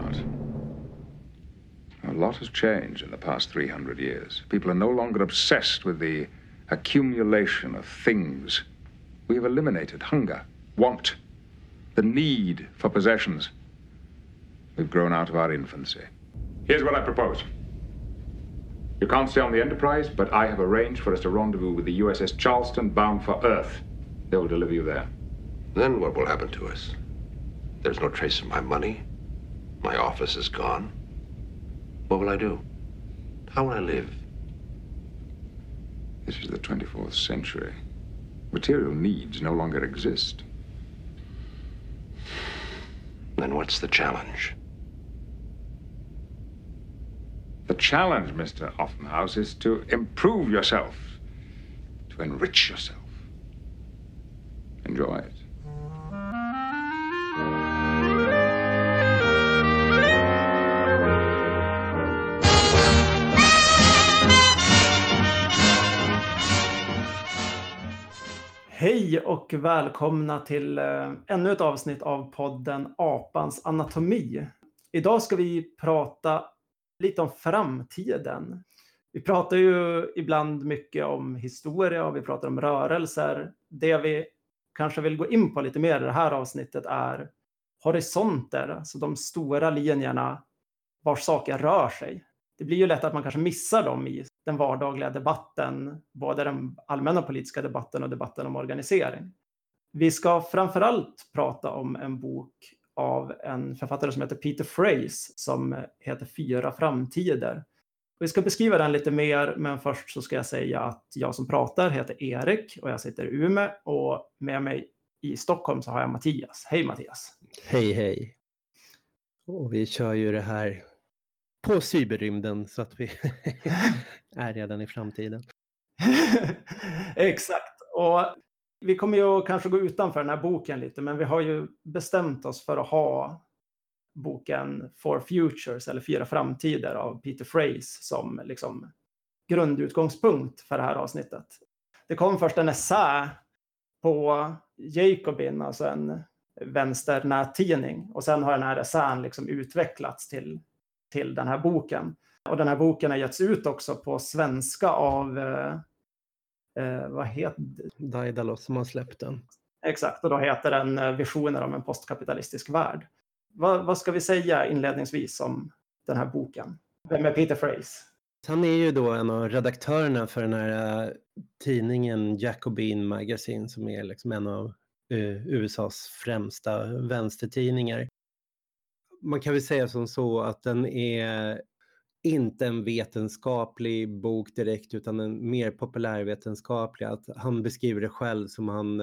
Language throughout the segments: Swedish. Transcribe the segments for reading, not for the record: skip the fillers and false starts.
not. A lot has changed in the past 300 years. People are no longer obsessed with the accumulation of things. We have eliminated hunger, want, the need for possessions. We've grown out of our infancy. Here's what I propose. You can't stay on the Enterprise, but I have arranged for us to rendezvous with the USS Charleston bound for Earth. They will deliver you there. Then what will happen to us? There's no trace of my money. My office is gone. What will I do? How will I live? This is the 24th century. Material needs no longer exist. Then what's the challenge? The challenge, Mr. Offenhouse, is to improve yourself, to enrich yourself. Enjoy it. Hej och välkomna till ännu ett avsnitt av podden Apans anatomi. Idag ska vi prata lite om framtiden. Vi pratar ju ibland mycket om historia och vi pratar om rörelser. Det vi kanske vill gå in på lite mer i det här avsnittet är horisonter, alltså de stora linjerna var saker rör sig. Det blir ju lätt att man kanske missar dem i den vardagliga debatten, både den allmänna politiska debatten och debatten om organisering. Vi ska framförallt prata om en bok av en författare som heter Peter Fraze som heter 4 framtider. Vi ska beskriva den lite mer, men först så ska jag säga att jag som pratar heter Erik och jag sitter i Umeå, och med mig i Stockholm så har jag Mattias. Hej Mattias! Hej hej! Och vi kör ju det här på cyberrymden så att vi är redan i framtiden. Exakt, och vi kommer ju kanske gå utanför den här boken lite, men vi har ju bestämt oss för att ha boken For Futures eller 4 framtider av Peter Fraze som liksom grundutgångspunkt för det här avsnittet. Det kom först en essä på Jacobin, alltså en vänsternättidning, och sen har den här essän liksom utvecklats till den här boken. Och den här boken har getts ut också på svenska av vad heter Daedalus som har släppt den. Exakt, och då heter den Visioner om en postkapitalistisk värld. Vad ska vi säga inledningsvis om den här boken? Vem är Peter Fraze? Han är ju då en av redaktörerna för den här tidningen Jacobin Magazine som är liksom en av USAs främsta vänstertidningar. Man kan väl säga som så att den är inte en vetenskaplig bok direkt utan en mer populärvetenskaplig. Att han beskriver det själv som han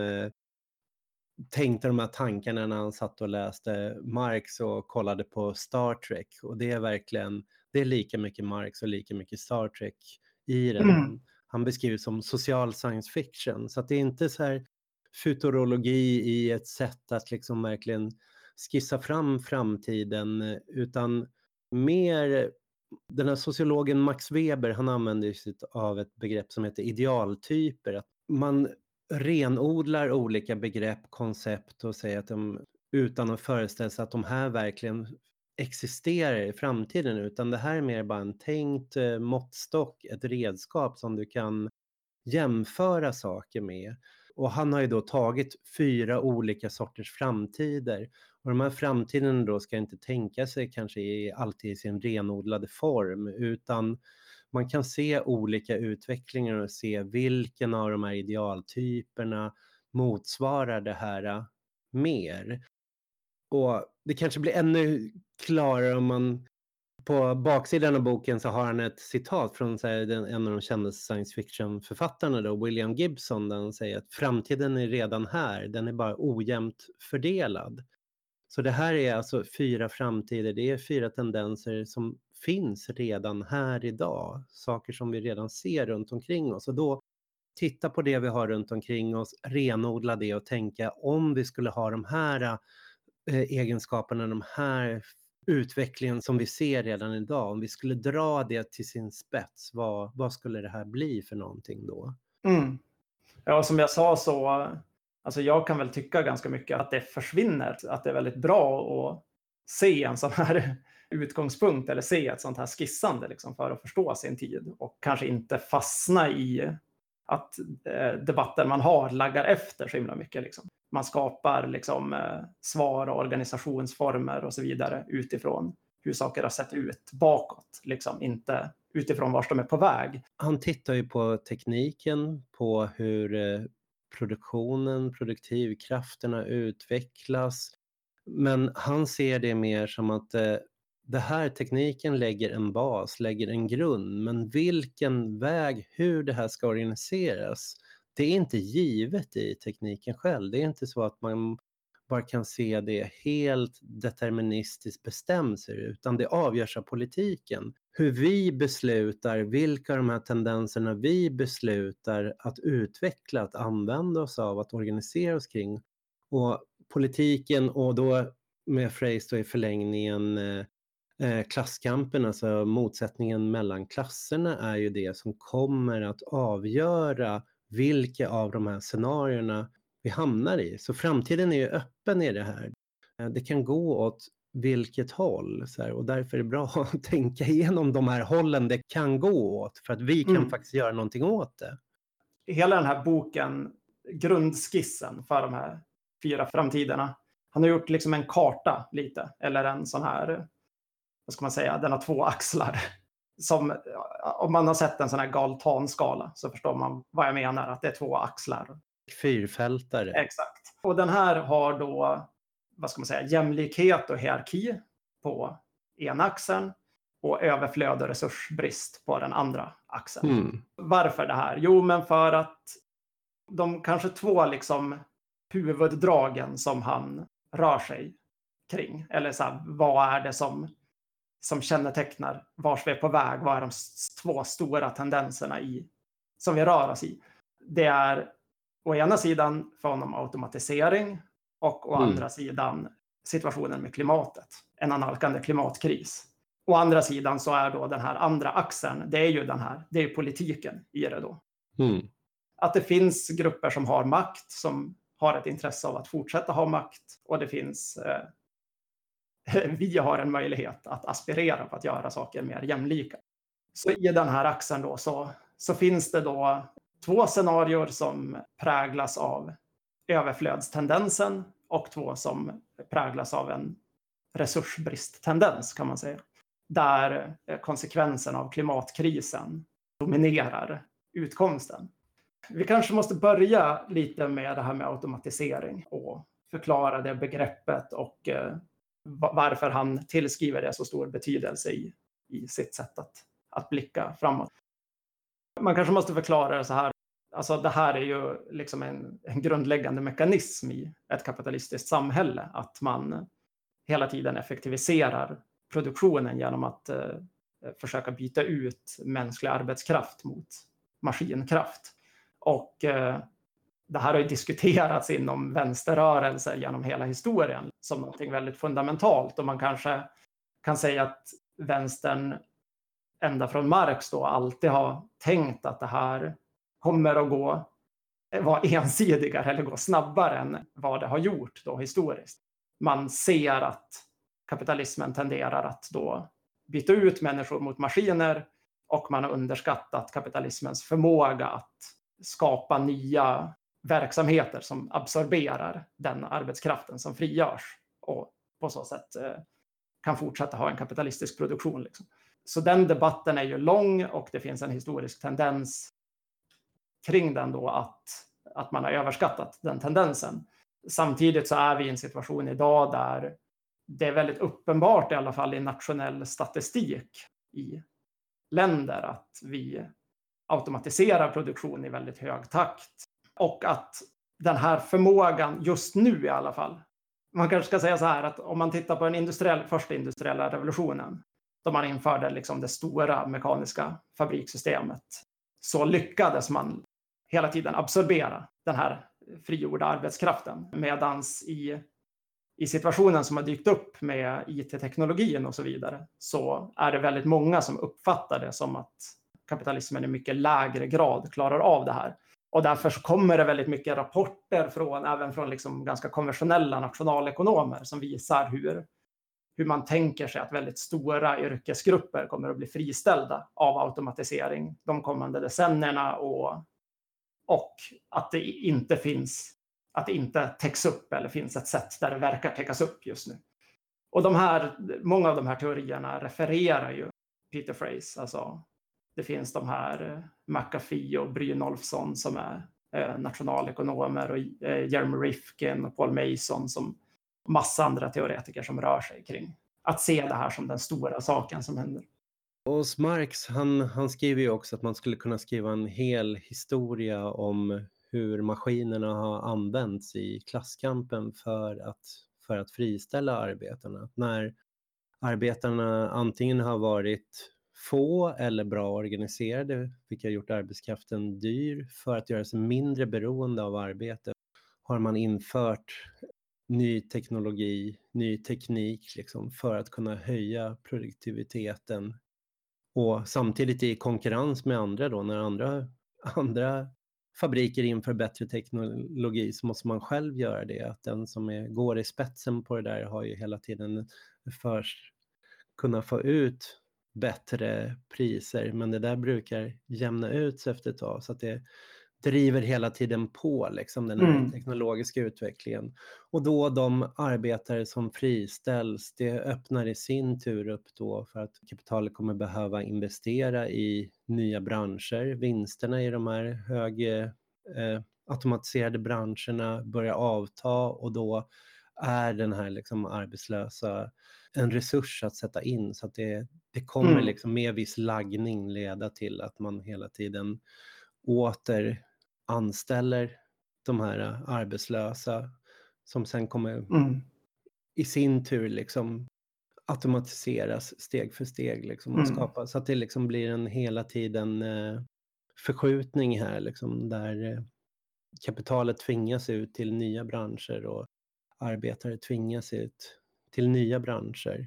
tänkte de här tankarna när han satt och läste Marx och kollade på Star Trek. Och det är verkligen, det är lika mycket Marx och lika mycket Star Trek i den. Han beskriver som social science fiction. Så att det är inte så här futurologi i ett sätt att liksom verkligen skissa fram framtiden, utan mer den här sociologen Max Weber, han använder sig av ett begrepp som heter idealtyper. Att man renodlar olika begrepp, koncept och säger att de, utan att föreställa sig att de här verkligen existerar i framtiden, utan det här är mer bara en tänkt måttstock, ett redskap som du kan jämföra saker med. Och han har ju då tagit 4 olika sorters framtider. Och de här framtiden då ska inte tänka sig kanske alltid i sin renodlade form, utan man kan se olika utvecklingar och se vilken av de här idealtyperna motsvarar det här mer. Och det kanske blir ännu klarare om man på baksidan av boken så har han ett citat från en av de kända science fiction-författarna då, William Gibson, där han säger att framtiden är redan här, den är bara ojämnt fördelad. Så det här är alltså 4 framtider, det är 4 tendenser som finns redan här idag. Saker som vi redan ser runt omkring oss. Och då titta på det vi har runt omkring oss, renodla det och tänka om vi skulle ha de här egenskaperna, de här utvecklingen som vi ser redan idag. Om vi skulle dra det till sin spets, vad skulle det här bli för någonting då? Ja, som jag sa så, alltså jag kan väl tycka ganska mycket att det försvinner. Att det är väldigt bra att se en sån här utgångspunkt eller se ett sånt här skissande liksom, för att förstå sin tid och kanske inte fastna i att debatten man har laggar efter så himla mycket. Liksom. Man skapar liksom, svar och organisationsformer och så vidare utifrån hur saker har sett ut bakåt, liksom, inte utifrån vart de är på väg. Han tittar ju på tekniken, på hur produktivkrafterna utvecklas. Men han ser det mer som att det här tekniken lägger en bas, lägger en grund. Men vilken väg, hur det här ska organiseras, det är inte givet i tekniken själv. Det är inte så att man bara kan se det helt deterministiskt bestämt, utan det avgörs av politiken. Hur vi beslutar, vilka av de här tendenserna vi beslutar att utveckla, att använda oss av, att organisera oss kring. Och politiken, och då med Fraser då i förlängningen klasskampen, alltså motsättningen mellan klasserna, är ju det som kommer att avgöra vilka av de här scenarierna vi hamnar i. Så framtiden är ju öppen i det här. Det kan gå åt vilket håll. Så här, och därför är det bra att tänka igenom de här hållen det kan gå åt. För att vi kan faktiskt göra någonting åt det. Hela den här boken, grundskissen för de här 4 framtiderna. Han har gjort liksom en karta lite. Eller en sån här, vad ska man säga, den har 2 axlar. Som, om man har sett en sån här Galtan-skala så förstår man vad jag menar. Att det är 2 axlar. Fyrfältare. Exakt. Och den här har då, vad ska man säga, jämlikhet och hierarki på ena axeln och överflöd och resursbrist på den andra axeln. Varför det här? Jo, men för att de kanske 2 liksom huvuddragen som han rör sig kring, eller så här, vad är det som kännetecknar vars vi är på väg, vad är de 2 stora tendenserna som vi rör oss i? Det är å ena sidan för honom automatisering och å andra sidan situationen med klimatet. En analkande klimatkris. Å andra sidan så är då den här andra axeln, det är ju politiken i det då. Att det finns grupper som har makt, som har ett intresse av att fortsätta ha makt, och det finns vi har en möjlighet att aspirera på att göra saker mer jämlika. Så i den här axeln då så finns det då 2 scenarier som präglas av överflödstendensen och 2 som präglas av en resursbristtendens, kan man säga. Där konsekvensen av klimatkrisen dominerar utkomsten. Vi kanske måste börja lite med det här med automatisering och förklara det begreppet och varför han tillskriver det så stor betydelse i sitt sätt att blicka framåt. Man kanske måste förklara det så här. Alltså det här är ju liksom en grundläggande mekanism i ett kapitalistiskt samhälle. Att man hela tiden effektiviserar produktionen genom att försöka byta ut mänsklig arbetskraft mot maskinkraft. Och det här har ju diskuterats inom vänsterrörelser genom hela historien som någonting väldigt fundamentalt. Och man kanske kan säga att vänstern ända från Marx då alltid har tänkt att det här kommer att vara ensidigare eller gå snabbare än vad det har gjort då historiskt. Man ser att kapitalismen tenderar att då byta ut människor mot maskiner, och man har underskattat kapitalismens förmåga att skapa nya verksamheter som absorberar den arbetskraften som frigörs och på så sätt kan fortsätta ha en kapitalistisk produktion. Liksom. Så den debatten är ju lång, och det finns en historisk tendens kring den då att man har överskattat den tendensen. Samtidigt så är vi i en situation idag där det är väldigt uppenbart, i alla fall i nationell statistik i länder, att vi automatiserar produktion i väldigt hög takt. Och att den här förmågan just nu i alla fall, man kanske ska säga så här, att om man tittar på den första industriella revolutionen, då man införde liksom det stora mekaniska fabrikssystemet, så lyckades man hela tiden absorbera den här frigjorda arbetskraften. Medans i situationen som har dykt upp med IT-teknologin och så vidare, så är det väldigt många som uppfattar det som att kapitalismen i mycket lägre grad klarar av det här. Och därför så kommer det väldigt mycket rapporter även från liksom ganska konventionella nationalekonomer som visar hur hur man tänker sig att väldigt stora yrkesgrupper kommer att bli friställda av automatisering de kommande decennierna och att det inte täcks upp eller finns ett sätt där det verkar täckas upp just nu. Och många av de här teorierna refererar ju Peter Phrase. Alltså, det finns de här McAfee och Brynolfsson som är nationalekonomer och Jeremy Rifkin och Paul Mason som massa andra teoretiker som rör sig kring att se det här som den stora saken som händer. Och Marx, han skriver ju också att man skulle kunna skriva en hel historia om hur maskinerna har använts i klasskampen för att friställa arbetarna. När arbetarna antingen har varit få eller bra organiserade, vilket har gjort arbetskraften dyr, för att göra sig mindre beroende av arbete, har man infört ny teknologi, ny teknik liksom, för att kunna höja produktiviteten. Och samtidigt i konkurrens med andra då, när andra fabriker inför bättre teknologi, så måste man själv göra det. Att den som går i spetsen på det där har ju hela tiden först kunna få ut bättre priser, men det där brukar jämna ut sig efter ett tag, så att det driver hela tiden på liksom, den här teknologiska utvecklingen. Och då de arbetare som friställs, det öppnar i sin tur upp då för att kapitalet kommer behöva investera i nya branscher. Vinsterna i de här automatiserade branscherna börjar avta, och då är den här liksom arbetslösa en resurs att sätta in, så att det kommer liksom med viss laggning leda till att man hela tiden åter anställer de här arbetslösa som sen kommer i sin tur liksom automatiseras steg för steg liksom, och skapa, så att det liksom blir en hela tiden förskjutning här liksom, där kapitalet tvingas ut till nya branscher och arbetare tvingas ut till nya branscher.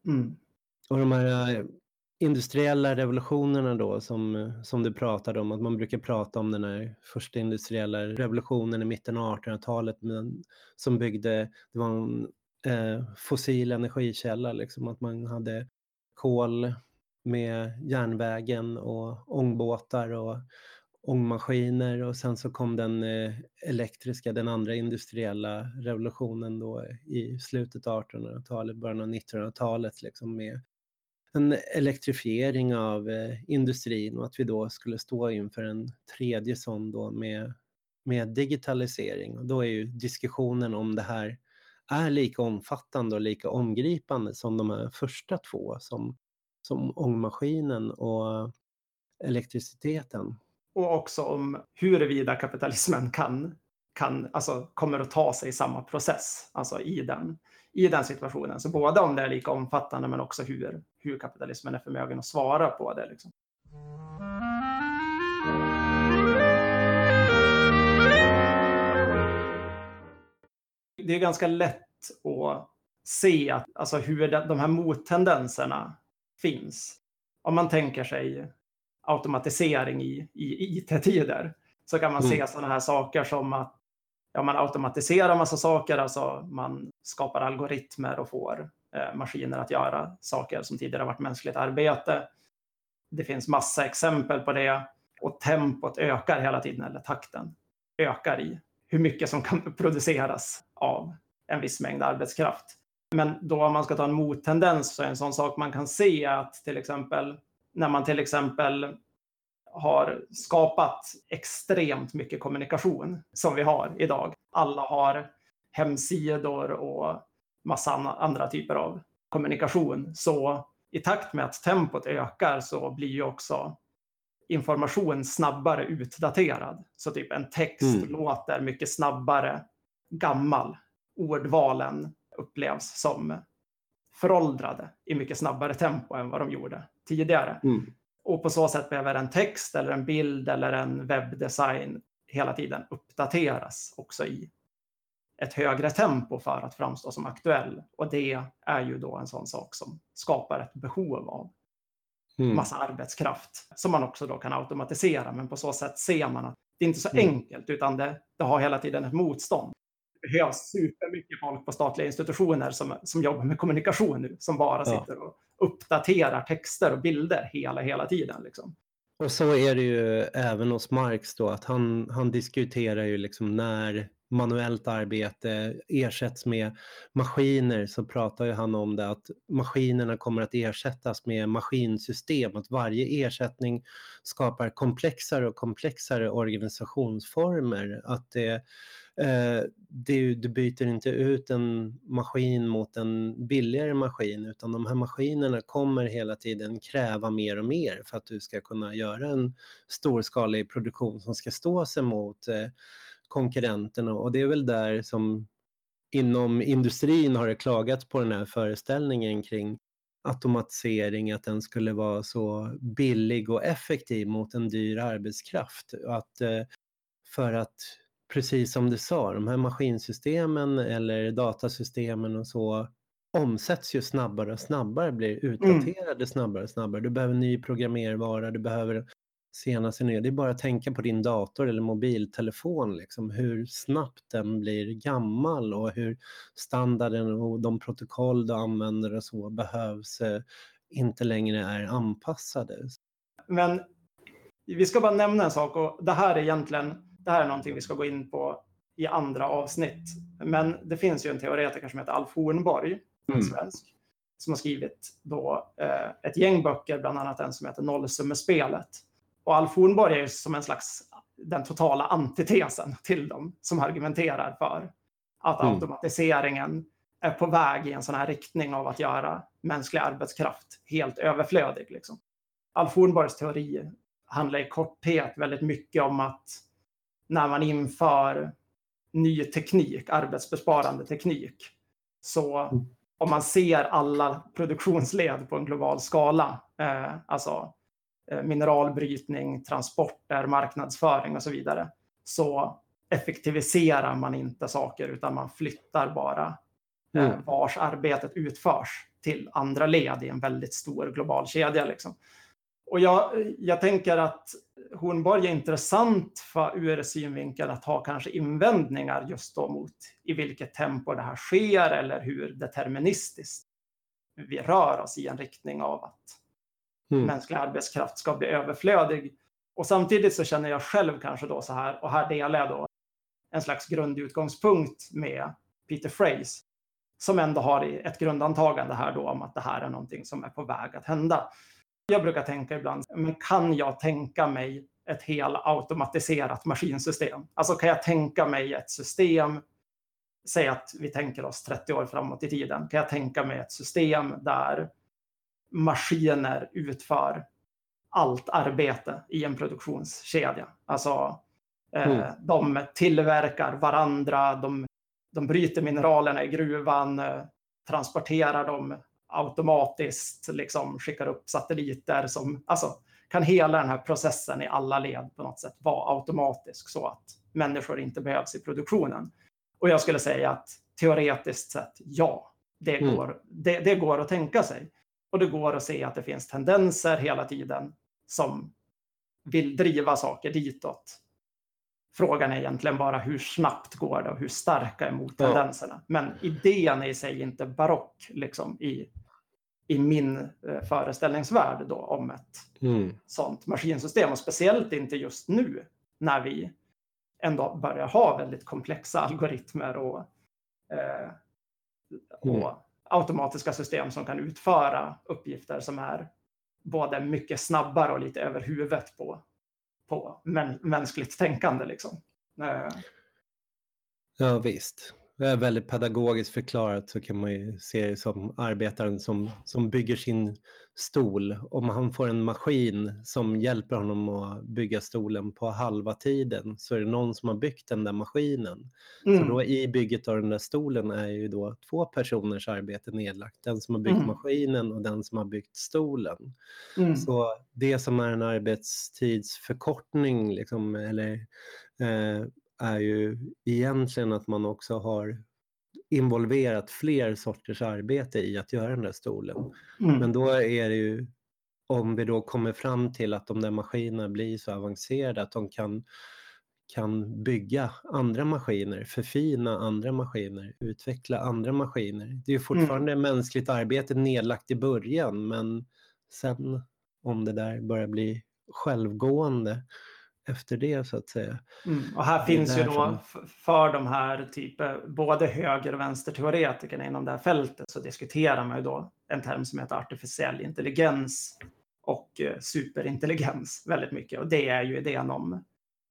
Och de här industriella revolutionerna då som du pratade om, att man brukar prata om den här första industriella revolutionen i mitten av 1800-talet, men som det var en fossil energikälla liksom, att man hade kol med järnvägen och ångbåtar och ångmaskiner, och sen så kom den den andra industriella revolutionen då i slutet av 1800-talet, början av 1900-talet liksom, med en elektrifiering av industrin, och att vi då skulle stå inför en tredje sån då med digitalisering. Och då är ju diskussionen om det här är lika omfattande och lika omgripande som de här första två, som ångmaskinen och elektriciteten. Och också om huruvida kapitalismen kommer att ta sig samma process, alltså i den situationen. Så både om det är lika omfattande, men också hur kapitalismen är förmögen att svara på det liksom. Det är ganska lätt att se att, alltså, hur de här mottendenserna finns. Om man tänker sig automatisering i IT-tider, så kan man se sådana här saker som att man automatiserar massa saker, alltså man skapar algoritmer och får maskiner att göra saker som tidigare varit mänskligt arbete. Det finns massa exempel på det, och tempot ökar hela tiden, eller takten ökar i hur mycket som kan produceras av en viss mängd arbetskraft. Men då om man ska ta en mottendens, så är en sån sak man kan se att till exempel när man till exempel har skapat extremt mycket kommunikation som vi har idag. Alla har hemsidor och massa andra typer av kommunikation. Så i takt med att tempot ökar så blir ju också information snabbare utdaterad. Så typ en text låter mycket snabbare gammal. Ordvalen upplevs som föråldrade i mycket snabbare tempo än vad de gjorde tidigare. Och på så sätt behöver en text eller en bild eller en webbdesign hela tiden uppdateras också i ett högre tempo för att framstå som aktuell. Och det är ju då en sån sak som skapar ett behov av massa arbetskraft som man också då kan automatisera. Men på så sätt ser man att det inte är så enkelt, utan det har hela tiden ett motstånd. Det behövs supermycket folk på statliga institutioner som jobbar med kommunikation nu, som bara sitter och uppdaterar texter och bilder hela tiden. Liksom. Och så är det ju även hos Marx då, att han diskuterar ju liksom när manuellt arbete ersätts med maskiner, så pratar ju han om det, att maskinerna kommer att ersättas med maskinsystem, att varje ersättning skapar komplexare och komplexare organisationsformer, att du byter inte ut en maskin mot en billigare maskin, utan de här maskinerna kommer hela tiden kräva mer och mer för att du ska kunna göra en storskalig produktion som ska stå sig mot konkurrenterna. Och det är väl där som inom industrin har det klagats på den här föreställningen kring automatisering, att den skulle vara så billig och effektiv mot en dyr arbetskraft. För att precis som du sa, de här maskinsystemen eller datasystemen och så omsätts ju snabbare och snabbare, blir utdaterade snabbare och snabbare. Du behöver ny programmervara, du behöver senaste nya. Det är bara att tänka på din dator eller mobiltelefon, liksom, hur snabbt den blir gammal och hur standarden och de protokoll du använder och så behövs inte längre är anpassade. Men vi ska bara nämna en sak, och det här är någonting vi ska gå in på i andra avsnitt. Men det finns ju en teoretiker som heter Alf Hornborg, en svensk, som har skrivit då ett gäng böcker, bland annat en som heter Nollsummespelet. Och Alf Hornborg är ju som en slags den totala antitesen till dem, som argumenterar för att automatiseringen är på väg i en sån här riktning av att göra mänsklig arbetskraft helt överflödig. Liksom. Alf Hornborgs teori handlar i korthet väldigt mycket om att när man inför ny teknik, arbetsbesparande teknik, så om man ser alla produktionsled på en global skala, alltså mineralbrytning, transporter, marknadsföring och så vidare, så effektiviserar man inte saker, utan man flyttar bara vars arbetet utförs till andra led i en väldigt stor global kedja. Liksom. Och jag tänker att Hornborg är intressant ur synvinkeln att ha kanske invändningar just då mot i vilket tempo det här sker, eller hur deterministiskt vi rör oss i en riktning av att mänsklig arbetskraft ska bli överflödig. Och samtidigt så känner jag själv kanske då så här, och här delar jag då en slags grundutgångspunkt med Peter Phrase, som ändå har ett grundantagande här då om att det här är någonting som är på väg att hända. Jag brukar tänka ibland, men kan jag tänka mig ett helautomatiserat maskinsystem? Alltså kan jag tänka mig ett system, säg att vi tänker oss 30 år framåt i tiden, kan jag tänka mig ett system där maskiner utför allt arbete i en produktionskedja. Alltså de tillverkar varandra, de bryter mineralerna i gruvan, transporterar dem automatiskt, liksom skickar upp satelliter som, alltså kan hela den här processen i alla led på något sätt vara automatisk, så att människor inte behövs i produktionen. Och jag skulle säga att teoretiskt sett, ja, det går att tänka sig. Och det går att se att det finns tendenser hela tiden som vill driva saker ditåt. Frågan är egentligen bara hur snabbt går det och hur starka är mottendenserna. Men idén är i sig inte barock liksom, i min föreställningsvärld då, om ett sånt maskinsystem. Och speciellt inte just nu när vi ändå börjar ha väldigt komplexa algoritmer och automatiska system som kan utföra uppgifter som är både mycket snabbare och lite över huvudet på mänskligt tänkande. Liksom. Ja, visst. Det är väldigt pedagogiskt förklarat, så kan man ju se det som arbetaren som bygger sin stol. Om han får en maskin som hjälper honom att bygga stolen på halva tiden, så är det någon som har byggt den där maskinen. Så då i bygget av den där stolen är ju då 2 personers arbete nedlagt. Den som har byggt maskinen och den som har byggt stolen. Så det som är en arbetstidsförkortning liksom, eller är ju egentligen att man också har involverat fler sorters arbete i att göra den där stolen. Men då är det ju, om vi då kommer fram till att de där maskinerna blir så avancerade att de kan kan bygga andra maskiner, förfina andra maskiner, utveckla andra maskiner. Det är ju fortfarande mänskligt arbete nedlagt i början, men sen om det där börjar bli självgående efter det så att säga. Och här Det är finns ju då därför- för de här både höger- och vänsterteoretikerna inom det här fältet så diskuterar man ju då en term som heter artificiell intelligens och superintelligens väldigt mycket. Och det är ju idén om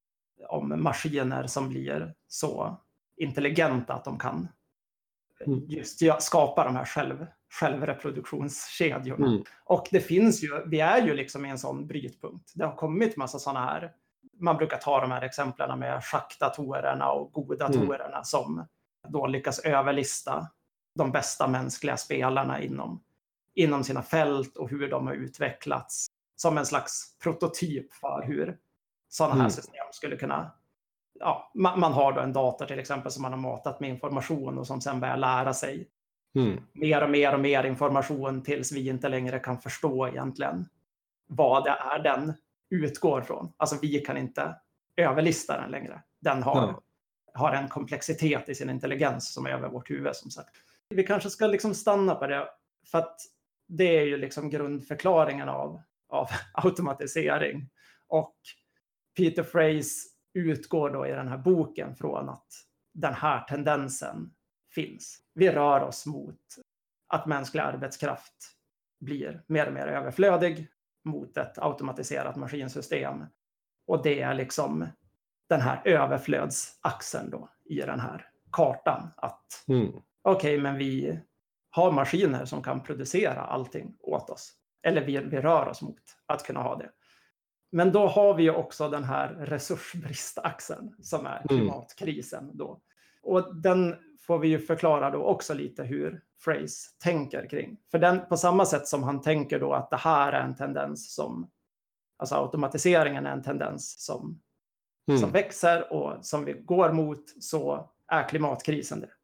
maskiner som blir så intelligenta att de kan just skapa de här självreproduktionskedjorna. Och det finns ju, vi är ju liksom i en sån brytpunkt. Det har kommit massa sådana här, man brukar ta de här exemplen med schackdatorerna och godatorerna som då lyckas överlista de bästa mänskliga spelarna inom sina fält och hur de har utvecklats som en slags prototyp för hur sådana här system skulle kunna... Ja, man har då en dator till exempel som man har matat med information och som sen börjar lära sig mer och mer och mer information tills vi inte längre kan förstå egentligen vad det är den utgår från. Alltså vi kan inte överlista den längre. Den har en komplexitet i sin intelligens som är över vårt huvud som sagt. Vi kanske ska liksom stanna på det för att det är ju liksom grundförklaringen av automatisering. Och Peter Frase utgår då i den här boken från att den här tendensen finns. Vi rör oss mot att mänsklig arbetskraft blir mer och mer överflödig mot ett automatiserat maskinsystem. Och det är liksom den här överflödsaxeln då i den här kartan. Att okej, men vi har maskiner som kan producera allting åt oss. Eller vi rör oss mot att kunna ha det. Men då har vi ju också den här resursbristaxeln som är klimatkrisen då. Och den får vi ju förklara då också lite hur Frase tänker kring. För den, på samma sätt som han tänker då att det här är en tendens som, alltså automatiseringen är en tendens som växer och som vi går mot, så är klimatkrisen det.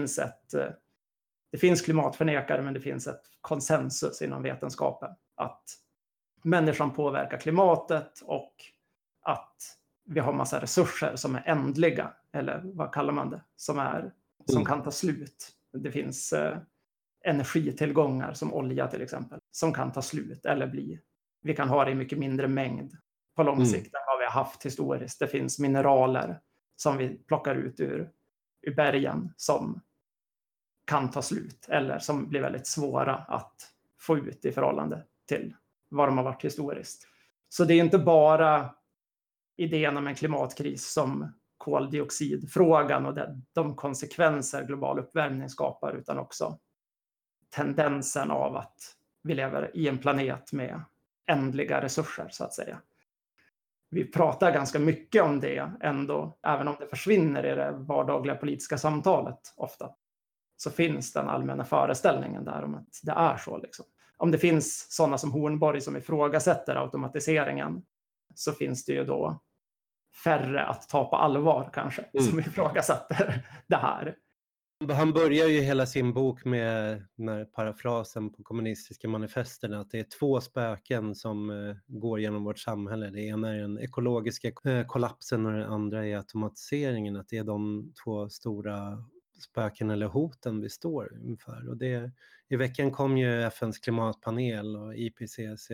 Det finns klimatförnekare, men det finns ett konsensus inom vetenskapen att människan påverkar klimatet och att vi har massa resurser som är ändliga, eller vad kallar man det, som kan ta slut. Det finns energitillgångar som olja till exempel som kan ta slut eller vi kan ha det i mycket mindre mängd på lång sikt än vad vi har haft historiskt. Det finns mineraler som vi plockar ut ur bergen som kan ta slut eller som blir väldigt svåra att få ut i förhållande till vad de har varit historiskt. Så det är inte bara idén om en klimatkris som koldioxidfrågan och de konsekvenser global uppvärmning skapar, utan också tendensen av att vi lever i en planet med ändliga resurser så att säga. Vi pratar ganska mycket om det ändå, även om det försvinner i det vardagliga politiska samtalet ofta. Så finns den allmänna föreställningen där om att det är så liksom. Om det finns sådana som Hornborg som ifrågasätter automatiseringen, så finns det ju då färre att ta på allvar kanske, som ifrågasätter det här. Han börjar ju hela sin bok med den här parafrasen på kommunistiska manifesterna att det är två spöken som går genom vårt samhälle. Det ena är den ekologiska kollapsen och det andra är automatiseringen. Att det är de två stora spöken eller hoten vi står inför. Och i veckan kom ju FNs klimatpanel och IPCC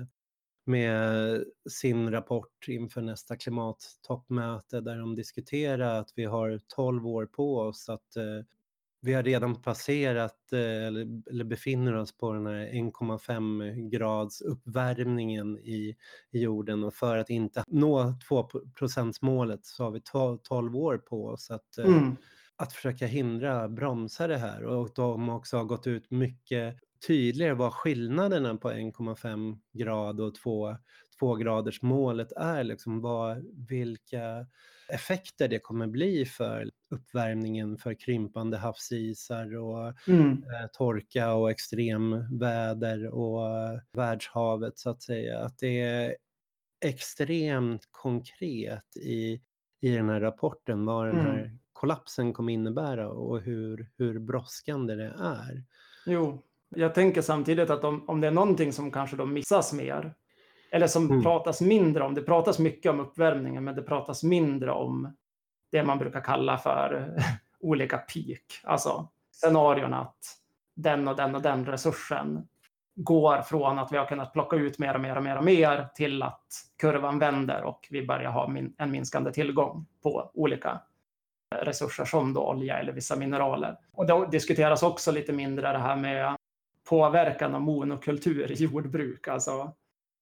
med sin rapport inför nästa klimattoppmöte där de diskuterar att vi har 12 år på oss, att vi har redan passerat eller befinner oss på den här 1,5 grads uppvärmningen i jorden, och för att inte nå 2%-målet så har vi 12 år på oss att försöka bromsa det här. Och de också har gått ut mycket tydligare vad skillnaderna på 1,5 grad och 2 graders målet är. Liksom vilka effekter det kommer bli för uppvärmningen, för krympande havsisar och torka och extremväder och världshavet så att säga. Att det är extremt konkret i den här rapporten vad den här kollapsen kommer innebära och hur brådskande det är. Jo, jag tänker samtidigt att om det är någonting som kanske då missas mer eller som pratas mindre om. Det pratas mycket om uppvärmningen, men det pratas mindre om det man brukar kalla för olika peak. Alltså scenarierna att den och den och den resursen går från att vi har kunnat plocka ut mer till att kurvan vänder och vi börjar ha en minskande tillgång på olika resurser som då olja eller vissa mineraler. Och då diskuteras också lite mindre det här med påverkan av monokultur i jordbruk. Alltså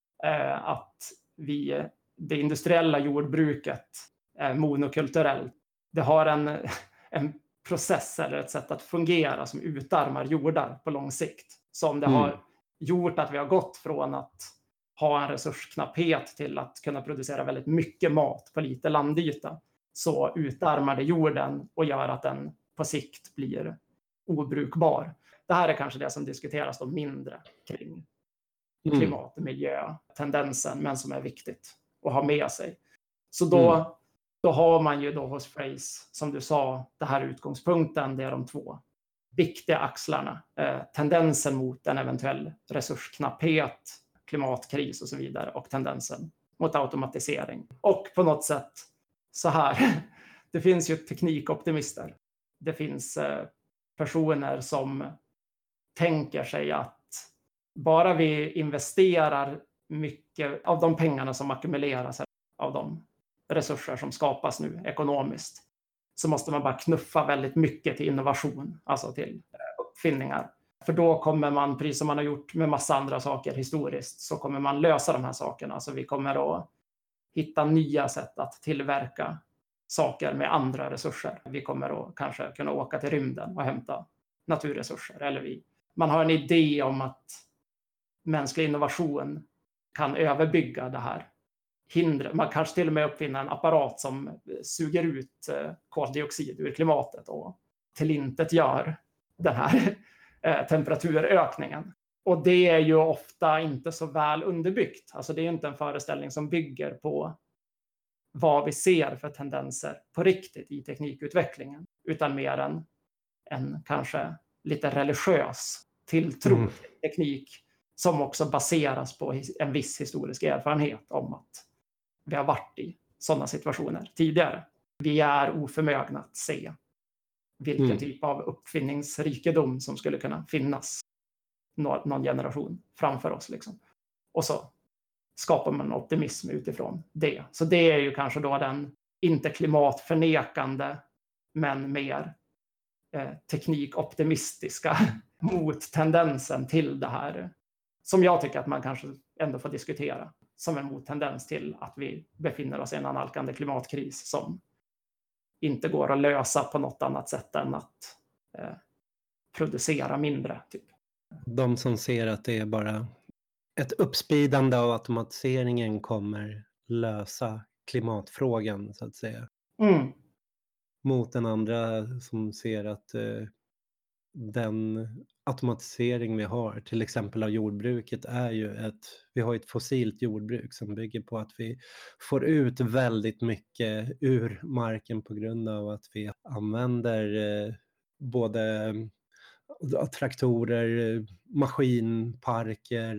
att det industriella jordbruket är monokulturellt. Det har en process eller ett sätt att fungera som utarmar jordar på lång sikt. Som det har gjort att vi har gått från att ha en resursknapphet till att kunna producera väldigt mycket mat på lite landyta. Så utarmar det jorden och gör att den på sikt blir obrukbar. Det här är kanske det som diskuteras då mindre kring klimat- och miljötendensen, men som är viktigt att ha med sig. Så då har man ju då hos Fraser, som du sa, det här utgångspunkten, det är de två viktiga axlarna. Tendensen mot en eventuell resursknapphet, klimatkris och så vidare, och tendensen mot automatisering. Och på något sätt så här, det finns ju teknikoptimister. Det finns personer som tänker sig att bara vi investerar mycket av de pengarna som ackumuleras av de resurser som skapas nu ekonomiskt, så måste man bara knuffa väldigt mycket till innovation, alltså till uppfinningar. För då kommer man, precis som man har gjort med massa andra saker historiskt, så kommer man lösa de här sakerna. Så vi kommer att hitta nya sätt att tillverka saker med andra resurser. Vi kommer att kanske kunna åka till rymden och hämta naturresurser. Eller man har en idé om att mänsklig innovation kan överbygga det här hindret. Man kanske till och med uppfinna en apparat som suger ut koldioxid ur klimatet och tillintetgör den här temperaturökningen. Och det är ju ofta inte så väl underbyggt. Alltså det är inte en föreställning som bygger på vad vi ser för tendenser på riktigt i teknikutvecklingen, utan mer en kanske lite religiös tilltro till teknik som också baseras på en viss historisk erfarenhet om att vi har varit i sådana situationer tidigare. Vi är oförmögna att se vilken typ av uppfinningsrikedom som skulle kunna finnas någon generation framför oss. Liksom. Och så skapar man optimism utifrån det. Så det är ju kanske då den inte klimatförnekande men mer teknikoptimistiska mottendensen till det här. Som jag tycker att man kanske ändå får diskutera som en mottendens till att vi befinner oss i en analkande klimatkris som inte går att lösa på något annat sätt än att producera mindre. Typ. De som ser att det är bara ett uppspidande av automatiseringen kommer lösa klimatfrågan, så att säga. Mot den andra som ser att den automatisering vi har, till exempel av jordbruket, är ju vi har ett fossilt jordbruk som bygger på att vi får ut väldigt mycket ur marken på grund av att vi använder både traktorer, maskinparker,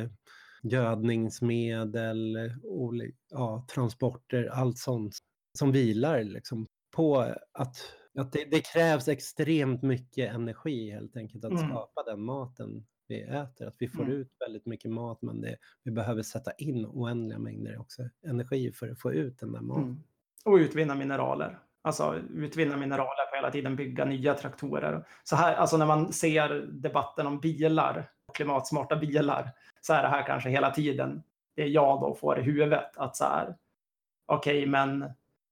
gödningsmedel, transporter, allt sånt som vilar liksom på att det krävs extremt mycket energi helt enkelt att skapa den maten vi äter. Att vi får ut väldigt mycket mat, men vi behöver sätta in oändliga mängder också energi för att få ut den där maten. Och utvinna mineraler. Alltså utvinna mineraler för hela tiden bygga nya traktorer. Så här, alltså när man ser debatten om bilar, klimatsmarta bilar, så är det här kanske hela tiden det jag då får i huvudet. Att så här, okej, men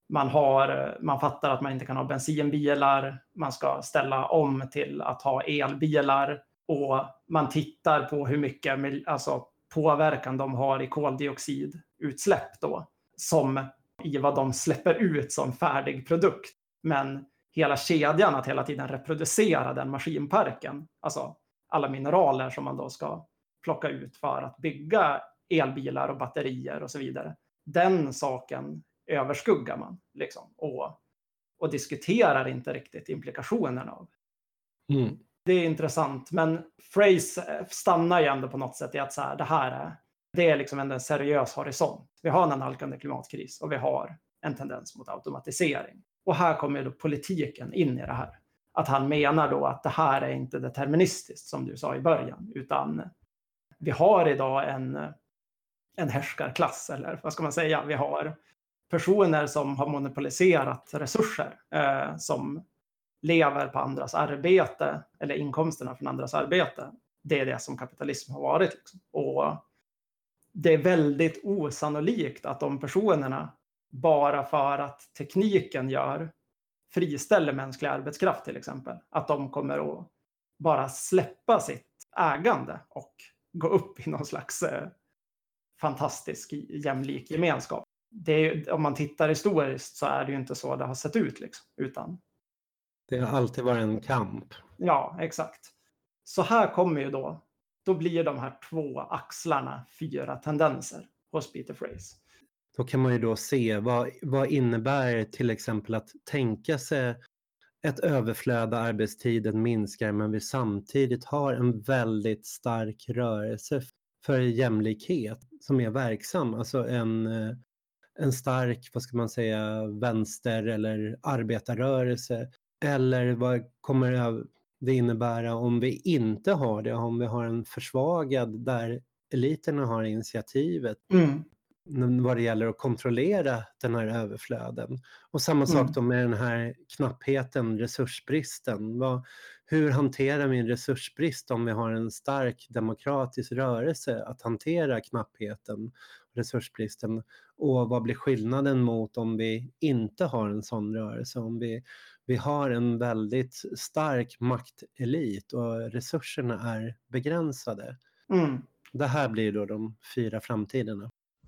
man fattar att man inte kan ha bensinbilar, man ska ställa om till att ha elbilar och man tittar på hur mycket påverkan de har i koldioxidutsläpp då, som i vad de släpper ut som färdig produkt. Men hela kedjan att hela tiden reproducera den maskinparken, alltså alla mineraler som man då ska plocka ut för att bygga elbilar och batterier och så vidare, den saken överskuggar man liksom, och diskuterar inte riktigt implikationerna av. Det är intressant, men Fraser stannar ju ändå på något sätt i att så här, det här är Det är liksom en seriös horisont. Vi har en annalkande klimatkris och vi har en tendens mot automatisering. Och här kommer då politiken in i det här. Att han menar då att det här är inte deterministiskt som du sa i början, utan vi har idag en härskarklass, eller vad ska man säga? Vi har personer som har monopoliserat resurser, som lever på andras arbete, eller inkomsterna från andras arbete. Det är det som kapitalism har varit. Liksom. Och det är väldigt osannolikt att de personerna, bara för att tekniken friställer mänsklig arbetskraft till exempel, att de kommer att bara släppa sitt ägande och gå upp i någon slags fantastisk jämlik gemenskap. Om man tittar historiskt så är det ju inte så det har sett ut liksom, utan det har alltid varit en kamp. Ja, exakt. Så här kommer ju då blir de här 2 axlarna 4 tendenser hos Peter Fraze. Då kan man ju då se vad innebär till exempel att tänka sig ett överflöd där arbetstiden minskar, men vi samtidigt har en väldigt stark rörelse för jämlikhet som är verksam. Alltså en stark, vad ska man säga, vänster eller arbetarrörelse. Eller vad kommer det innebära om vi inte har det? Om vi har en försvagad där eliterna har initiativet. Vad det gäller att kontrollera den här överflöden. Och samma sak då med den här knappheten, resursbristen. Hur hanterar vi en resursbrist om vi har en stark demokratisk rörelse att hantera knappheten, resursbristen? Och vad blir skillnaden mot om vi inte har en sån rörelse? Om vi har en väldigt stark maktelit och resurserna är begränsade. Det här blir då de 4 framtiderna.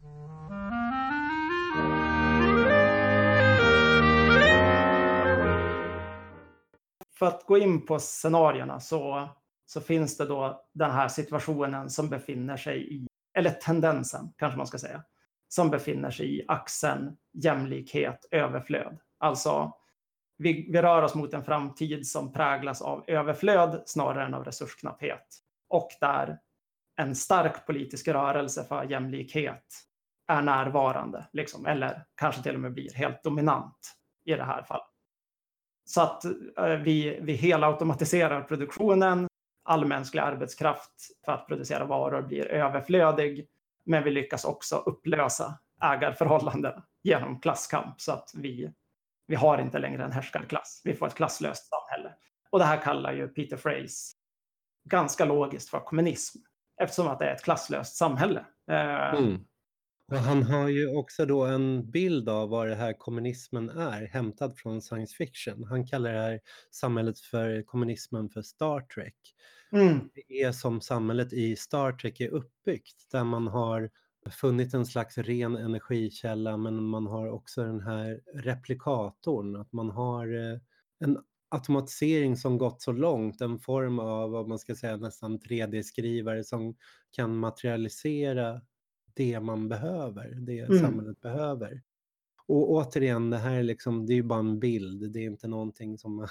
För att gå in på scenarierna så finns det då den här situationen som befinner sig i, eller tendensen kanske man ska säga, som befinner sig i axeln jämlikhet, överflöd. Alltså vi rör oss mot en framtid som präglas av överflöd snarare än av resursknapphet. Och där en stark politisk rörelse för jämlikhet är närvarande, liksom, eller kanske till och med blir helt dominant i det här fallet. Så att vi helautomatiserar produktionen, all mänsklig arbetskraft för att producera varor blir överflödig, men vi lyckas också upplösa ägarförhållanden genom klasskamp så att vi har inte längre en härskarklass. Vi får ett klasslöst samhälle. Och det här kallar ju Peter Fraze ganska logiskt för kommunism, eftersom att det är ett klasslöst samhälle. Och han har ju också då en bild av vad det här kommunismen är, hämtad från science fiction. Han kallar det här samhället för kommunismen för Star Trek. Det är som samhället i Star Trek är uppbyggt, där man har funnit en slags ren energikälla, men man har också den här replikatorn, att man har en automatisering som gått så långt, en form av, vad man ska säga, nästan 3D-skrivare som kan materialisera det man behöver, det samhället behöver. Och återigen, det här är liksom, det är ju bara en bild, det är inte någonting som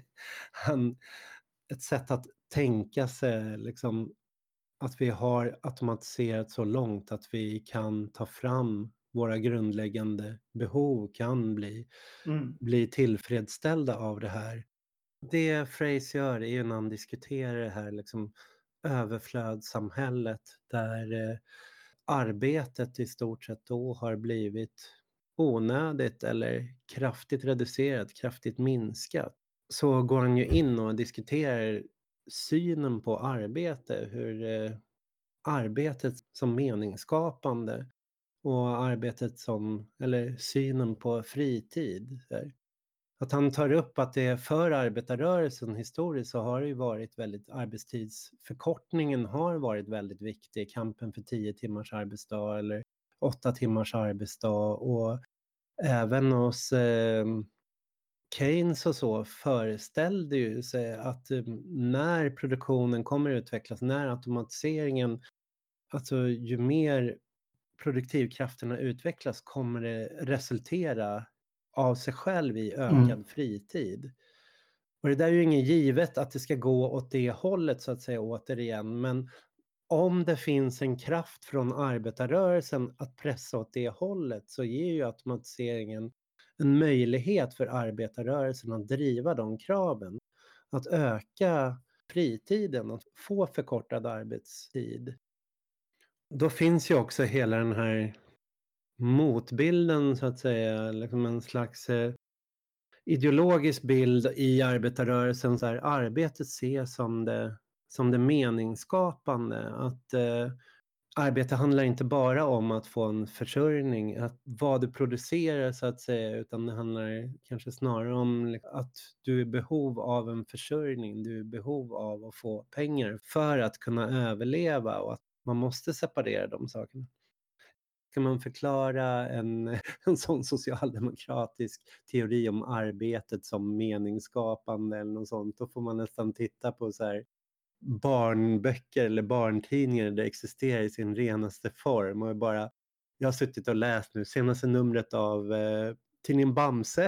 ett sätt att tänka sig liksom, att vi har automatiserat så långt att vi kan ta fram våra grundläggande behov, kan bli tillfredsställda av det här. Det Fraze gör är ju när han diskuterar det här liksom, överflödssamhället där arbetet i stort sett då har blivit onödigt eller kraftigt reducerat, kraftigt minskat. Så går han ju in och diskuterar synen på arbete, hur arbetet som meningsskapande och arbetet som, eller synen på fritid. Att han tar upp att det för arbetarrörelsen historiskt så har det ju varit väldigt, arbetstidsförkortningen har varit väldigt viktig. Kampen för 10 timmars arbetsdag eller 8 timmars arbetsdag, och även hos Keynes och så föreställde ju sig att när produktionen kommer att utvecklas, när automatiseringen, alltså ju mer produktivkrafterna utvecklas kommer det resultera av sig själv i ökad fritid. Och det där är ju inget givet att det ska gå åt det hållet så att säga återigen, men om det finns en kraft från arbetarrörelsen att pressa åt det hållet så ger ju automatiseringen en möjlighet för arbetarrörelsen att driva de kraven. Att öka fritiden, att få förkortad arbetstid. Då finns ju också hela den här motbilden så att säga, liksom en slags ideologisk bild i arbetarrörelsen. Så här, arbetet ses som det meningsskapande. Att arbete handlar inte bara om att få en försörjning, att vad du producerar så att säga, utan det handlar kanske snarare om att du är i behov av en försörjning, du är i behov av att få pengar för att kunna överleva och att man måste separera de sakerna. Kan man förklara en sån socialdemokratisk teori om arbetet som meningsskapande eller något sånt, då får man nästan titta på så här barnböcker eller barntidningar där det existerar i sin renaste form. Och jag har suttit och läst nu senaste numret av tidningen Bamse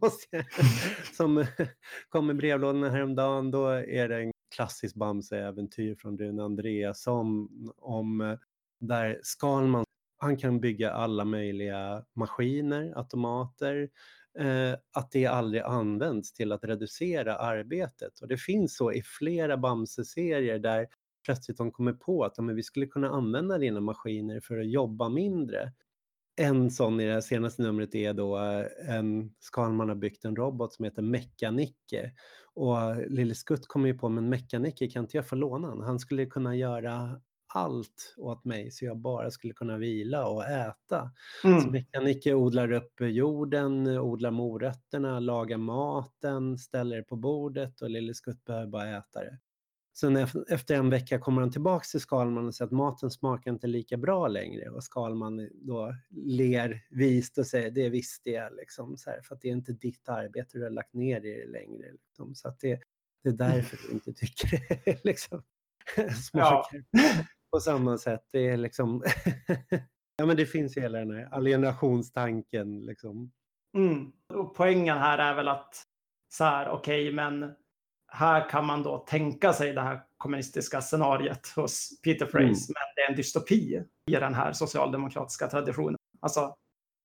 som kom i brevlådorna häromdagen. Då är det en klassisk Bamse-äventyr från Rune Andreasson om där Skalman, han kan bygga alla möjliga maskiner, automater, att det aldrig används till att reducera arbetet. Och det finns så i flera Bamse-serier där plötsligt de kommer på att vi skulle kunna använda dina maskiner för att jobba mindre. En sån i det senaste numret är då Skalman har byggt en robot som heter Mekanicke. Och Lille Skutt kommer ju på, men Mekanicke kan inte jag få låna han. Han skulle kunna göra allt åt mig så jag bara skulle kunna vila och äta. Så Mekanicke odlar upp jorden, odlar morötterna, lagar maten, ställer det på bordet och Lille Skutt behöver bara äta det. Sen efter en vecka kommer han tillbaka till Skalman och säger att maten smakar inte lika bra längre. Och Skalman då ler vist och säger det visste jag liksom, så här, för att det är inte ditt arbete du har lagt ner i det längre. Liksom. Så att det är därför du inte tycker det liksom smakar. Ja. På samma sätt, det är liksom ja, men det finns ju hela den här alienationstanken liksom. Och poängen här är väl att så här, okej, men här kan man då tänka sig det här kommunistiska scenariet hos Peter Fraser, men det är en dystopi i den här socialdemokratiska traditionen. Alltså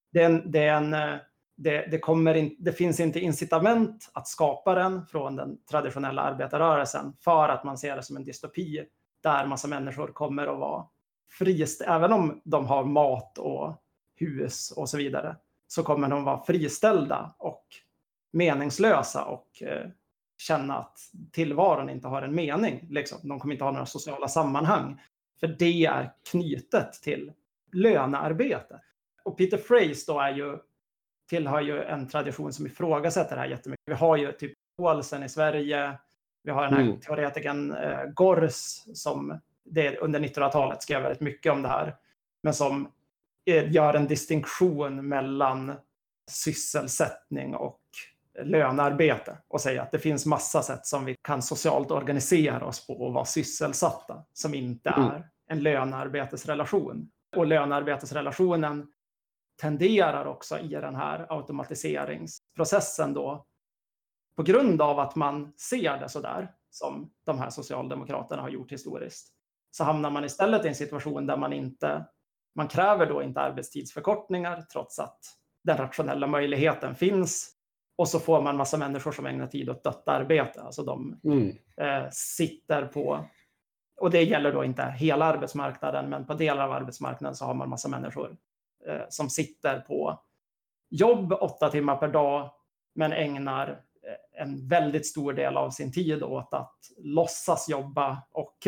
det finns inte incitament att skapa den från den traditionella arbetarrörelsen för att man ser det som en dystopi där massa människor kommer att vara friställda. Även om de har mat och hus och så vidare så kommer de vara friställda och meningslösa och känna att tillvaron inte har en mening. Liksom. De kommer inte ha några sociala sammanhang. För det är knutet till lönearbete. Och Peter Fraser då tillhör ju en tradition som ifrågasätter det här jättemycket. Vi har ju typ Olsen i Sverige. Vi har den här teoretikern Gors som under 1900-talet skrev väldigt mycket om det här. Men som gör en distinktion mellan sysselsättning och lönearbete. Och säger att det finns massa sätt som vi kan socialt organisera oss på och vara sysselsatta. Som inte är en lönearbetesrelation. Och lönearbetesrelationen tenderar också i den här automatiseringsprocessen då. På grund av att man ser det så där som de här socialdemokraterna har gjort historiskt. Så hamnar man istället i en situation där man kräver då inte arbetstidsförkortningar trots att den rationella möjligheten finns. Och så får man massa människor som ägnar tid åt dött arbete. Alltså de sitter på, och det gäller då inte hela arbetsmarknaden, men på delar av arbetsmarknaden så har man massa människor som sitter på jobb 8 timmar per dag men ägnar en väldigt stor del av sin tid åt att låtsas jobba och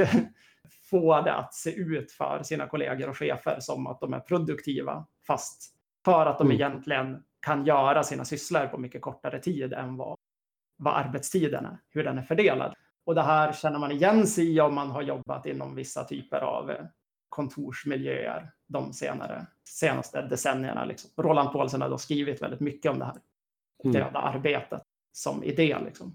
få det att se ut för sina kollegor och chefer som att de är produktiva, fast för att de egentligen kan göra sina sysslor på mycket kortare tid än vad arbetstiden är, hur den är fördelad. Och det här känner man igen sig i om man har jobbat inom vissa typer av kontorsmiljöer de senaste decennierna. Liksom. Roland Paulsen har då skrivit väldigt mycket om det här döda arbetet som idé. Liksom.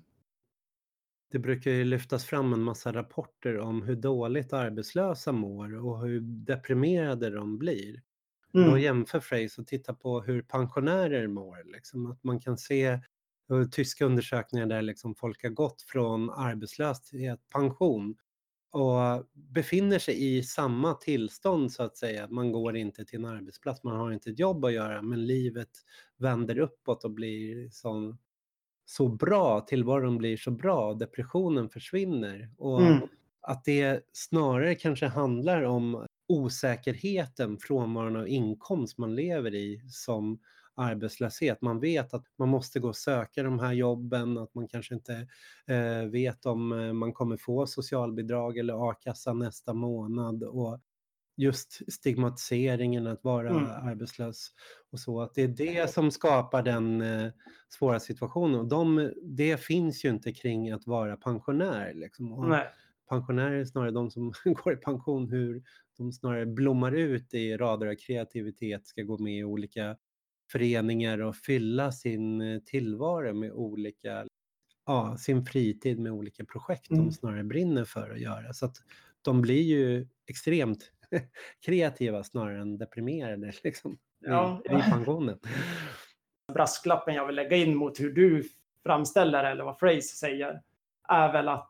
Det brukar ju lyftas fram en massa rapporter om hur dåligt arbetslösa mår och hur deprimerade de blir. Då jämför Fraser och tittar på hur pensionärer mår. Liksom. Att man kan se tyska undersökningar där liksom folk har gått från arbetslöshet till pension. och befinner sig i samma tillstånd så att säga. Man går inte till en arbetsplats, man har inte ett jobb att göra, men livet vänder uppåt och blir så bra, tillvaron blir så bra, depressionen försvinner. Och att det snarare kanske handlar om osäkerheten, frånvaron av inkomst man lever i som arbetslöshet. Man vet att man måste gå och söka de här jobben, att man kanske inte vet om man kommer få socialbidrag eller a-kassa nästa månad, och just stigmatiseringen att vara arbetslös och så, att det är det som skapar den svåra situationen, och det finns ju inte kring att vara pensionär liksom. Och pensionärer är snarare de som går i pension, hur de snarare blommar ut i rader av kreativitet, ska gå med i olika föreningar och fylla sin tillvaro med olika, sin fritid med olika projekt de snarare brinner för att göra. Så att de blir ju extremt kreativa snarare än deprimerade liksom, i pensionen. Brasklappen jag vill lägga in mot hur du framställer eller vad Fraser säger är väl att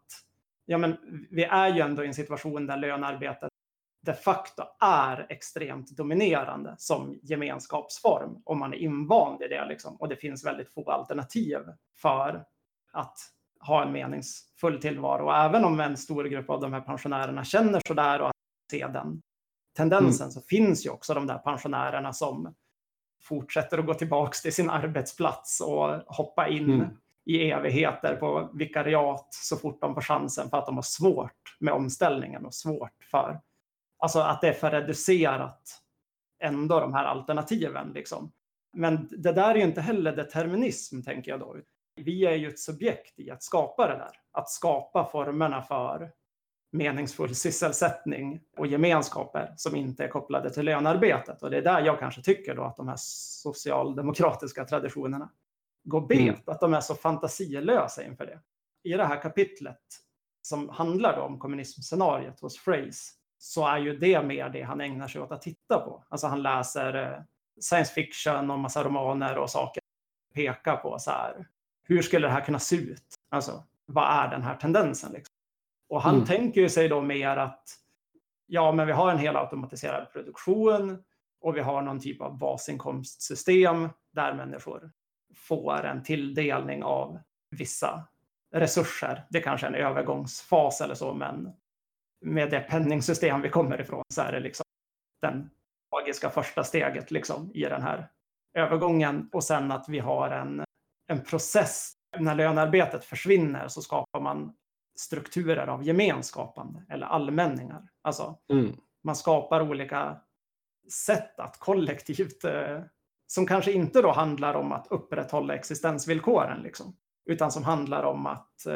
vi är ju ändå i en situation där lönearbetet de facto är extremt dominerande som gemenskapsform om man är invand i det liksom. Och det finns väldigt få alternativ för att ha en meningsfull tillvaro. Och även om en stor grupp av de här pensionärerna känner sådär och ser den tendensen, så finns ju också de där pensionärerna som fortsätter att gå tillbaka till sin arbetsplats och hoppa in i evigheter på vikariat så fort de får chansen, för att de har svårt med omställningen och svårt för, alltså att det är för reducerat ändå de här alternativen liksom. Men det där är ju inte heller determinism, tänker jag då. Vi är ju ett subjekt i att skapa det där. Att skapa formerna för meningsfull sysselsättning och gemenskaper som inte är kopplade till lönearbetet. Och det är där jag kanske tycker då att de här socialdemokratiska traditionerna går bet. Att de är så fantasilösa inför det. I det här kapitlet som handlar då om kommunismscenariet hos Fraser, så är ju det mer det han ägnar sig åt att titta på. Alltså han läser science fiction och massa romaner och saker. Pekar på så här, hur skulle det här kunna se ut? Alltså, vad är den här tendensen liksom? Och han tänker ju sig då mer att men vi har en hel automatiserad produktion och vi har någon typ av basinkomstsystem där människor får en tilldelning av vissa resurser. Det kanske är en övergångsfas eller så, men med det penningsystem vi kommer ifrån så är det liksom den magiska första steget liksom i den här övergången. Och sen att vi har en process. När lönearbetet försvinner så skapar man strukturer av gemenskapande eller allmänningar. Alltså man skapar olika sätt att kollektivt, som kanske inte då handlar om att upprätthålla existensvillkoren liksom, utan som handlar om att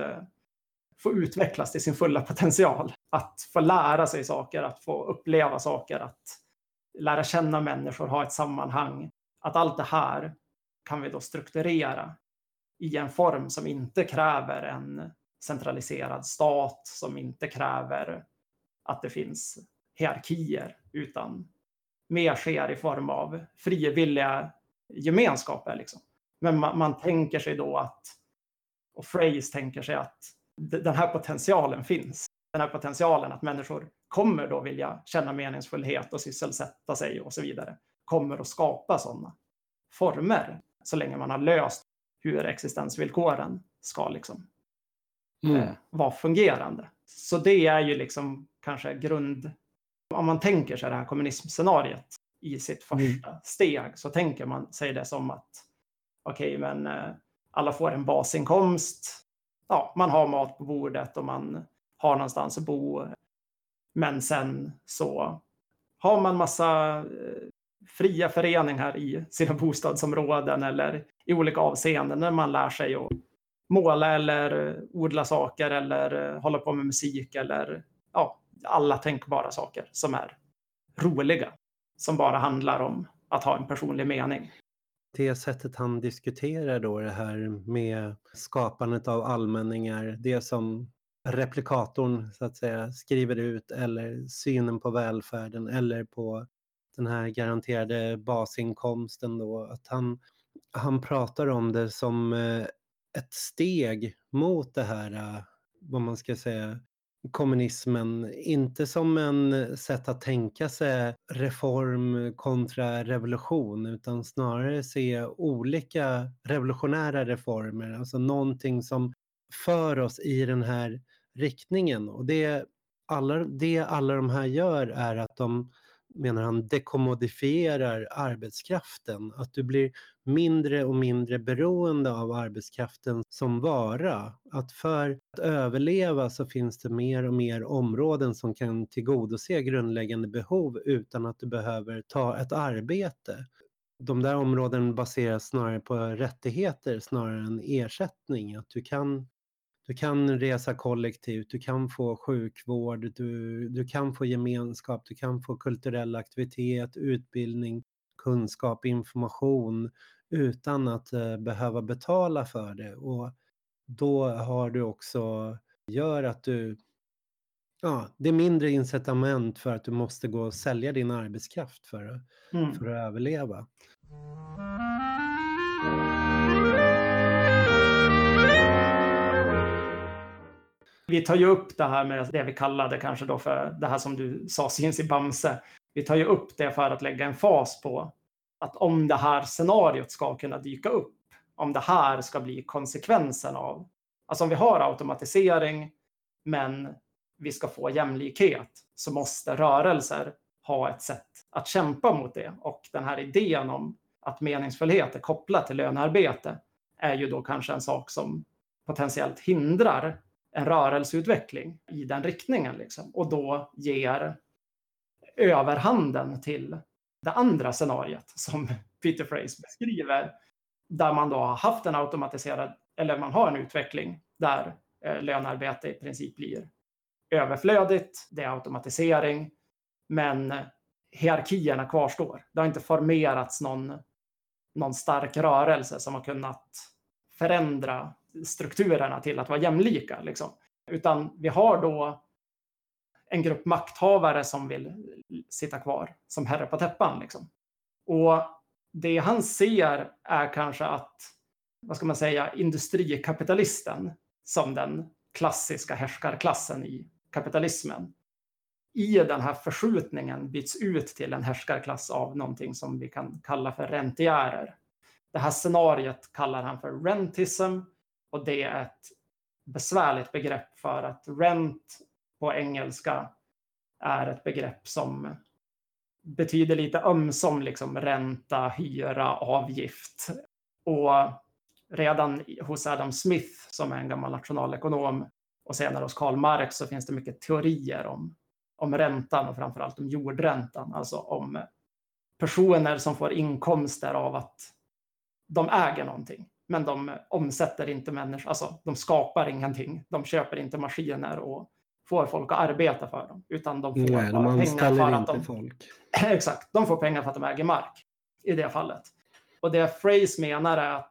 få utvecklas till sin fulla potential. Att få lära sig saker, att få uppleva saker, att lära känna människor, ha ett sammanhang. Att allt det här kan vi då strukturera i en form som inte kräver en centraliserad stat, som inte kräver att det finns hierarkier, utan mer sker i form av frivilliga gemenskaper liksom. Men man tänker sig då att, och Fraser tänker sig att den här potentialen finns. Den här potentialen att människor kommer då vilja känna meningsfullhet och sysselsätta sig och så vidare, kommer att skapa sådana former så länge man har löst hur existensvillkoren ska liksom vara fungerande. Så det är ju liksom kanske grund, om man tänker sig det här kommunismscenariet i sitt första steg, så tänker man sig det som att men alla får en basinkomst, man har mat på bordet och man har någonstans att bo, men sen så har man massa fria föreningar i sina bostadsområden eller i olika avseenden när man lär sig att måla eller odla saker eller hålla på med musik eller alla tänkbara saker som är roliga, som bara handlar om att ha en personlig mening. Det sättet han diskuterar då det här med skapandet av allmänningar, det som replikatorn så att säga skriver ut, eller synen på välfärden eller på den här garanterade basinkomsten då, att han pratar om det som ett steg mot det här, vad man ska säga, kommunismen, inte som en sätt att tänka sig reform kontra revolution, utan snarare se olika revolutionära reformer, alltså någonting som för oss i den här riktningen. Och det alla de här gör är att de, menar han, dekommodifierar arbetskraften. Att du blir mindre och mindre beroende av arbetskraften som vara. Att för att överleva så finns det mer och mer områden som kan tillgodose grundläggande behov utan att du behöver ta ett arbete. De där områden baseras snarare på rättigheter snarare än ersättning. Att du kan resa kollektivt, du kan få sjukvård, du kan få gemenskap, du kan få kulturell aktivitet, utbildning, kunskap, information utan att behöva betala för det. Och då har du också, gör att det är mindre incitament för att du måste gå och sälja din arbetskraft för att överleva. Vi tar ju upp det här med det vi kallade kanske då för det här som du sa syns i Bamse. Vi tar ju upp det för att lägga en fas på att om det här scenariot ska kunna dyka upp, om det här ska bli konsekvensen av, alltså om vi har automatisering men vi ska få jämlikhet, så måste rörelser ha ett sätt att kämpa mot det. Och den här idén om att meningsfullhet är kopplat till lönearbete är ju då kanske en sak som potentiellt hindrar en rörelseutveckling i den riktningen liksom. Och då ger överhanden till det andra scenariot som Peter Fraser beskriver, där man då har haft en automatiserad, eller man har en utveckling där lönearbete i princip blir överflödigt, det är automatisering, men hierarkierna kvarstår. Det har inte formerats någon stark rörelse som har kunnat förändra strukturerna till att vara jämlika. Liksom. Utan vi har då en grupp makthavare som vill sitta kvar som herre på täppan. Liksom. Och det han ser är kanske att, vad ska man säga, industrikapitalisten som den klassiska härskarklassen i kapitalismen i den här förskjutningen byts ut till en härskarklass av någonting som vi kan kalla för rentiärer. Det här scenariet kallar han för rentism, och det är ett besvärligt begrepp för att rent på engelska är ett begrepp som betyder lite ömsom liksom ränta, hyra, avgift. Och redan hos Adam Smith, som är en gammal nationalekonom, och senare hos Karl Marx, så finns det mycket teorier om räntan och framförallt om jordräntan. Alltså om personer som får inkomster av att de äger någonting, men de omsätter inte människor, alltså de skapar ingenting. De köper inte maskiner och får folk att arbeta för dem, utan de får bara pengar för att de... folk. Exakt, de får pengar för att de äger mark i det fallet. Och det Fraser menar är att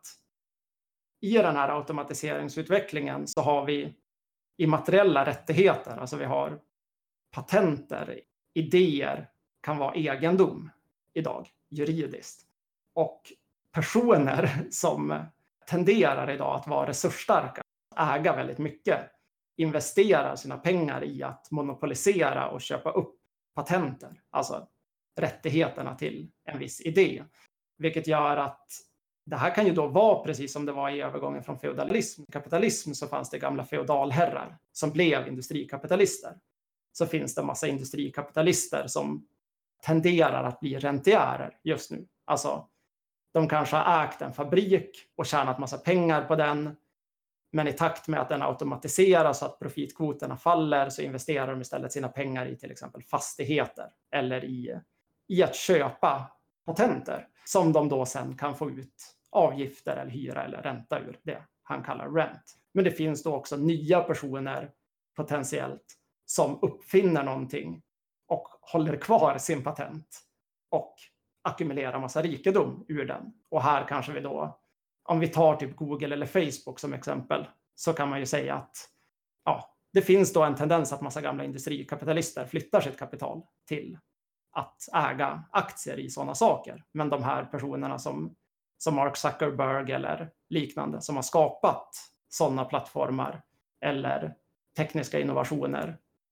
i den här automatiseringsutvecklingen så har vi immateriella rättigheter, alltså vi har patenter, idéer kan vara egendom idag, juridiskt. Och personer som tenderar idag att vara resursstarka, äga väldigt mycket, investerar sina pengar i att monopolisera och köpa upp patenter, alltså rättigheterna till en viss idé. Vilket gör att det här kan ju då vara precis som det var i övergången från feudalism till kapitalism, så fanns det gamla feodalherrar som blev industrikapitalister. Så finns det en massa industrikapitalister som tenderar att bli rentiärer just nu. Alltså, de kanske har ägt en fabrik och tjänat massa pengar på den, men i takt med att den automatiseras så att profitkvoterna faller, så investerar de istället sina pengar i till exempel fastigheter eller i att köpa patenter som de då sen kan få ut avgifter eller hyra eller ränta ur, det han kallar rent. Men det finns då också nya personer potentiellt som uppfinner någonting och håller kvar sin patent och ackumulerar massa rikedom ur den. Och här kanske vi då, om vi tar typ Google eller Facebook som exempel, så kan man ju säga att det finns då en tendens att massa gamla industrikapitalister flyttar sitt kapital till att äga aktier i sådana saker. Men de här personerna som Mark Zuckerberg eller liknande, som har skapat sådana plattformar eller tekniska innovationer,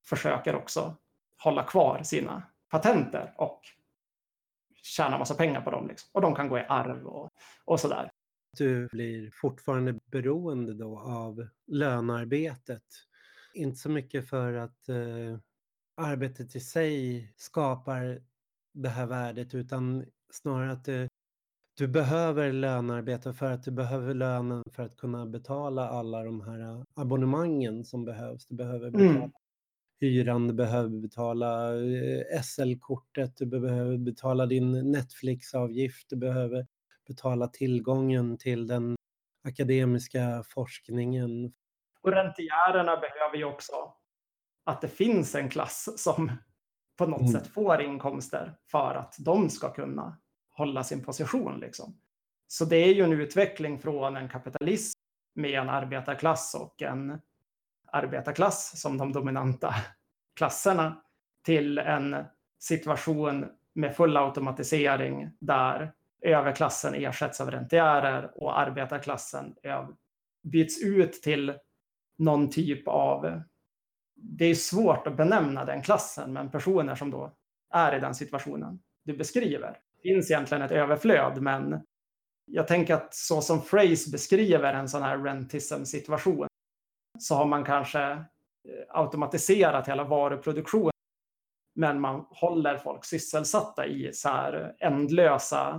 försöker också hålla kvar sina patenter och tjäna massa pengar på dem. Liksom. Och de kan gå i arv och sådär. Du blir fortfarande beroende då av lönearbetet. Inte så mycket för att arbetet i sig skapar det här värdet, utan snarare att du behöver lönearbete för att du behöver lönen för att kunna betala alla de här abonnemangen som behövs. Du behöver betala hyran, du behöver betala SL-kortet, du behöver betala din Netflix-avgift, du behöver betala tillgången till den akademiska forskningen. Och rentiärerna behöver ju också att det finns en klass som på något sätt får inkomster för att de ska kunna hålla sin position. Liksom. Så det är ju en utveckling från en kapitalism med en arbetarklass och en arbetarklass som de dominanta klasserna till en situation med full automatisering där överklassen ersätts av rentiärer och arbetarklassen byts ut till någon typ av, det är svårt att benämna den klassen, men personer som då är i den situationen du beskriver. Det finns egentligen ett överflöd, men jag tänker att så som Fraser beskriver en sån här rentism-situation så har man kanske automatiserat hela varuproduktionen, men man håller folk sysselsatta i så här ändlösa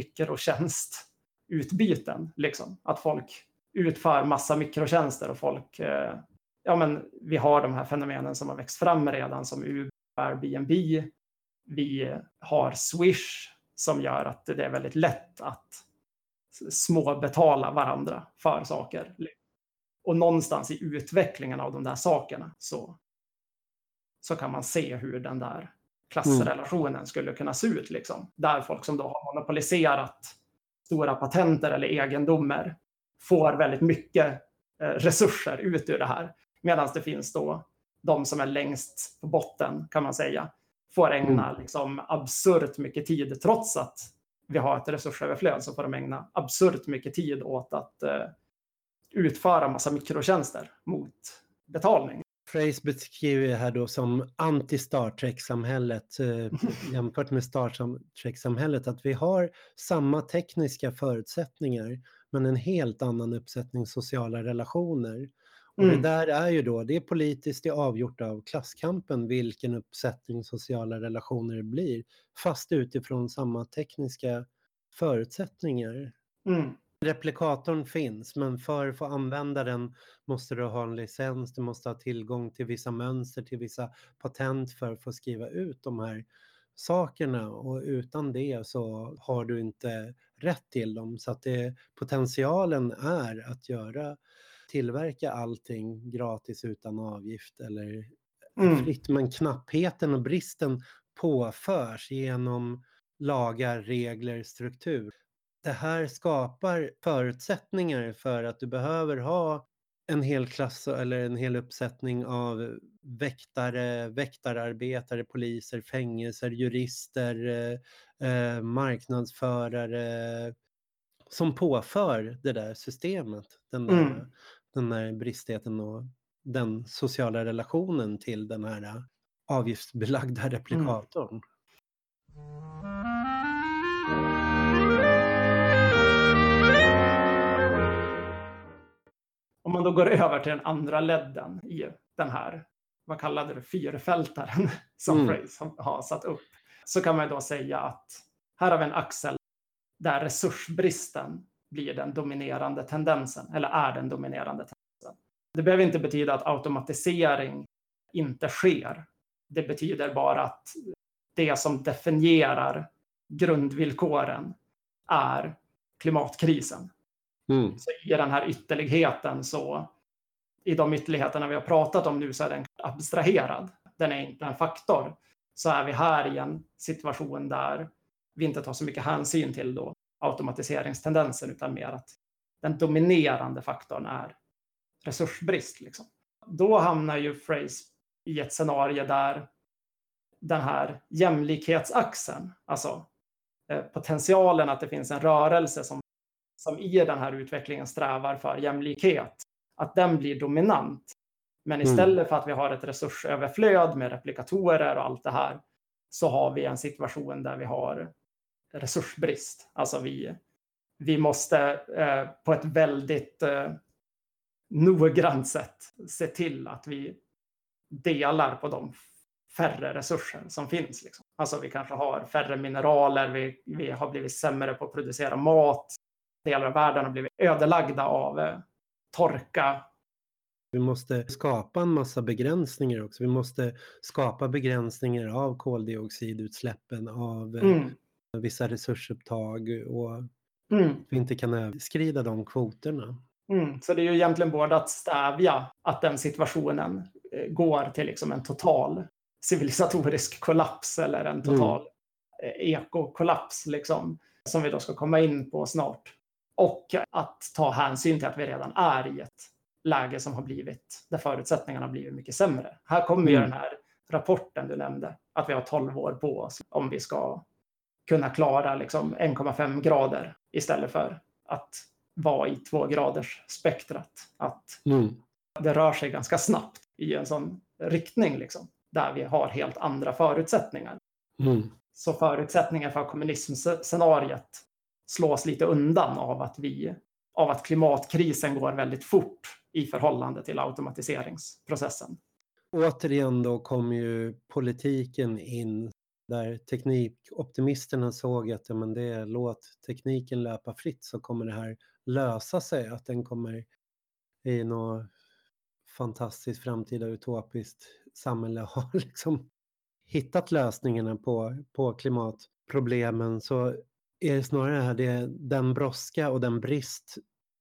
mikrotjänstutbyten. Liksom. Att folk utför massa mikrotjänster och folk, vi har de här fenomenen som har växt fram redan som Uber, Airbnb. Vi har Swish som gör att det är väldigt lätt att småbetala varandra för saker. Och någonstans i utvecklingen av de där sakerna så kan man se hur den där klassrelationen skulle kunna se ut. Liksom. Där folk som då har monopoliserat stora patenter eller egendomar får väldigt mycket resurser ut ur det här. Medan det finns då de som är längst på botten, kan man säga, får ägna liksom absurt mycket tid. Trots att vi har ett resursöverflöd så får de ägna absurt mycket tid åt att utföra massa mikrotjänster mot betalning. Fraser beskriver det här då som anti-Star Trek-samhället jämfört med Star Trek-samhället, att vi har samma tekniska förutsättningar men en helt annan uppsättning sociala relationer. Och det där är ju då, det är politiskt, det är avgjort av klasskampen vilken uppsättning sociala relationer det blir, fast utifrån samma tekniska förutsättningar. Replikatorn finns, men för att få använda den måste du ha en licens, du måste ha tillgång till vissa mönster, till vissa patent för att få skriva ut de här sakerna, och utan det så har du inte rätt till dem. Så att potentialen är att tillverka allting gratis utan avgift eller fritt, men knappheten och bristen påförs genom lagar, regler, struktur. Det här skapar förutsättningar för att du behöver ha en hel klass eller en hel uppsättning av väktare, väktararbetare, poliser, fängelser, jurister, marknadsförare som påför det där systemet, den där bristheten och den sociala relationen till den här avgiftsbelagda replikatorn. Om man då går över till den andra ledden i den här, vad kallade du, fyrfältaren som Fraser har satt upp, så kan man då säga att här har vi en axel där resursbristen blir den dominerande tendensen, eller är den dominerande tendensen. Det behöver inte betyda att automatisering inte sker. Det betyder bara att det som definierar grundvillkoren är klimatkrisen. Så i den här ytterligheten, så i de ytterligheterna vi har pratat om nu, så är den abstraherad. Den är inte en faktor. Så är vi här i en situation där vi inte tar så mycket hänsyn till då automatiseringstendensen, utan mer att den dominerande faktorn är resursbrist. Liksom. Då hamnar ju Fraser i ett scenario där den här jämlikhetsaxeln, alltså potentialen att det finns en rörelse som i den här utvecklingen strävar för jämlikhet, att den blir dominant. Men istället för att vi har ett resursöverflöd med replikatorer och allt det här, så har vi en situation där vi har resursbrist. Alltså vi måste på ett väldigt noggrant sätt se till att vi delar på de färre resurser som finns. Liksom. Alltså vi kanske har färre mineraler, vi har blivit sämre på att producera mat, delar av världen har blivit ödelagda av torka. Vi måste skapa en massa begränsningar också. Vi måste skapa begränsningar av koldioxidutsläppen, av vissa resursupptag, och vi inte kan överskrida de kvoterna. Så det är ju egentligen både att stävja att den situationen går till liksom en total civilisatorisk kollaps eller en total ekokollaps liksom, som vi då ska komma in på snart. Och att ta hänsyn till att vi redan är i ett läge som har blivit, där förutsättningarna har blivit mycket sämre. Här kommer ju den här rapporten du nämnde, att vi har 12 år på oss om vi ska kunna klara liksom 1,5 grader istället för att vara i 2 graders spektrat. Att det rör sig ganska snabbt i en sån riktning liksom, där vi har helt andra förutsättningar. Så förutsättningar för kommunismscenariet slås lite undan av att klimatkrisen går väldigt fort i förhållande till automatiseringsprocessen. Återigen då kom ju politiken in, där teknikoptimisterna såg att låt tekniken löpa fritt, så kommer det här lösa sig, att den kommer i något fantastiskt framtida utopiskt samhälle ha liksom hittat lösningarna på klimatproblemen. Så är det snarare här den brådska och den brist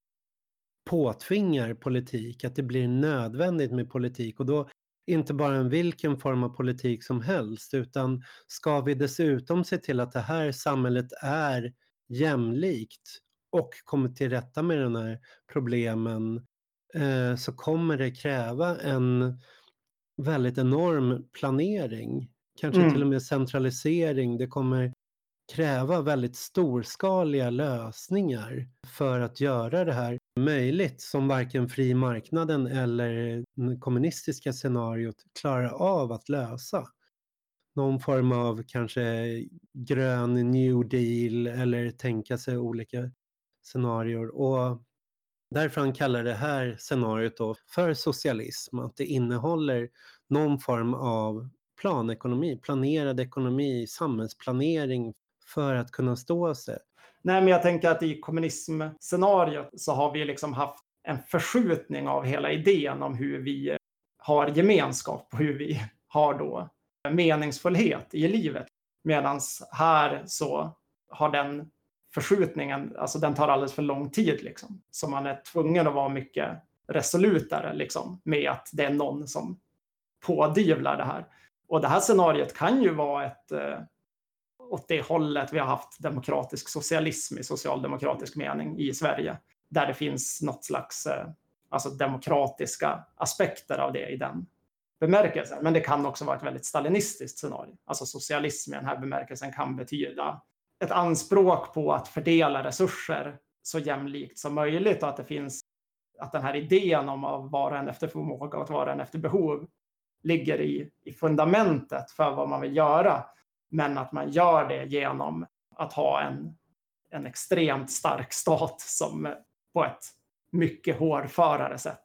påtvingar politik, att det blir nödvändigt med politik, och då inte bara en vilken form av politik som helst, utan ska vi dessutom se till att det här samhället är jämlikt och kommer till rätta med de här problemen, så kommer det kräva en väldigt enorm planering, kanske till och med centralisering. Det kommer kräva väldigt storskaliga lösningar för att göra det här möjligt, som varken fri marknaden eller det kommunistiska scenariot klarar av att lösa. Någon form av kanske grön new deal, eller tänka sig olika scenarier. Och därför han kallar det här scenariot då för socialism, att det innehåller någon form av planekonomi, planerad ekonomi, samhällsplanering för att kunna stå sig. Nej, men jag tänker att i kommunismscenariot så har vi liksom haft en förskjutning av hela idén om hur vi har gemenskap och hur vi har då meningsfullhet i livet. Medan här så har den förskjutningen, alltså den tar alldeles för lång tid liksom. Så man är tvungen att vara mycket resolutare liksom, med att det är någon som pådyvlar det här. Och det här scenariot kan ju vara ett åt det hållet vi har haft demokratisk socialism i socialdemokratisk mening i Sverige. Där det finns något slags alltså demokratiska aspekter av det i den bemärkelsen. Men det kan också vara ett väldigt stalinistiskt scenario. Alltså socialism i den här bemärkelsen kan betyda ett anspråk på att fördela resurser så jämlikt som möjligt, och att det finns, att den här idén om att vara en efter förmåga och att vara en efter behov ligger i fundamentet för vad man vill göra. Men att man gör det genom att ha en extremt stark stat som på ett mycket hårdförare sätt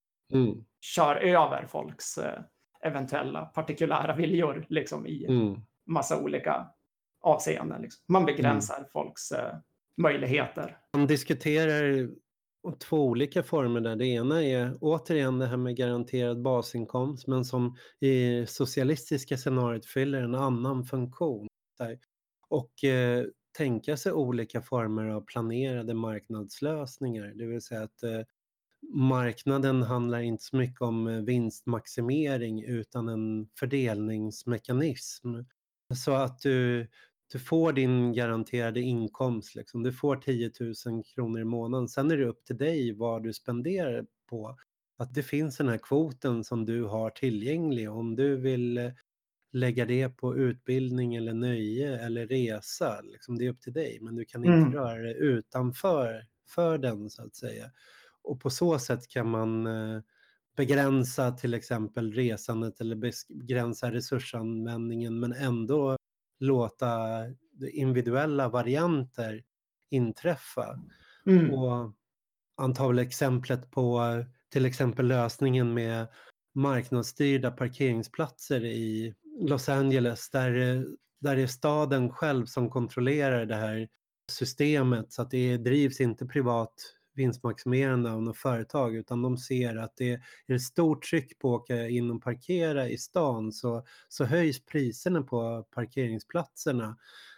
kör över folks eventuella partikulära viljor liksom, i massa olika avseenden. Liksom. Man begränsar folks möjligheter. Man diskuterar 2 olika former där. Det ena är återigen det här med garanterad basinkomst, men som i socialistiska scenariot fyller en annan funktion. Och tänka sig olika former av planerade marknadslösningar. Det vill säga att marknaden handlar inte så mycket om vinstmaximering utan en fördelningsmekanism. Så att du får din garanterade inkomst. Liksom. Du får 10 000 kronor i månaden. Sen är det upp till dig vad du spenderar på. Att det finns den här kvoten som du har tillgänglig. Om du vill lägga det på utbildning eller nöje eller resa. Liksom, det är upp till dig. Men du kan inte röra det utanför den så att säga. Och på så sätt kan man begränsa till exempel resandet eller begränsa resursanvändningen, men ändå låta individuella varianter inträffa. Och han tar väl exemplet på till exempel lösningen med marknadsstyrda parkeringsplatser i Los Angeles, där det är staden själv som kontrollerar det här systemet, så att det drivs inte privat vinstmaximerande av något företag, utan de ser att det är ett stort tryck på att åka in och parkera i stan, så höjs priserna på parkeringsplatserna,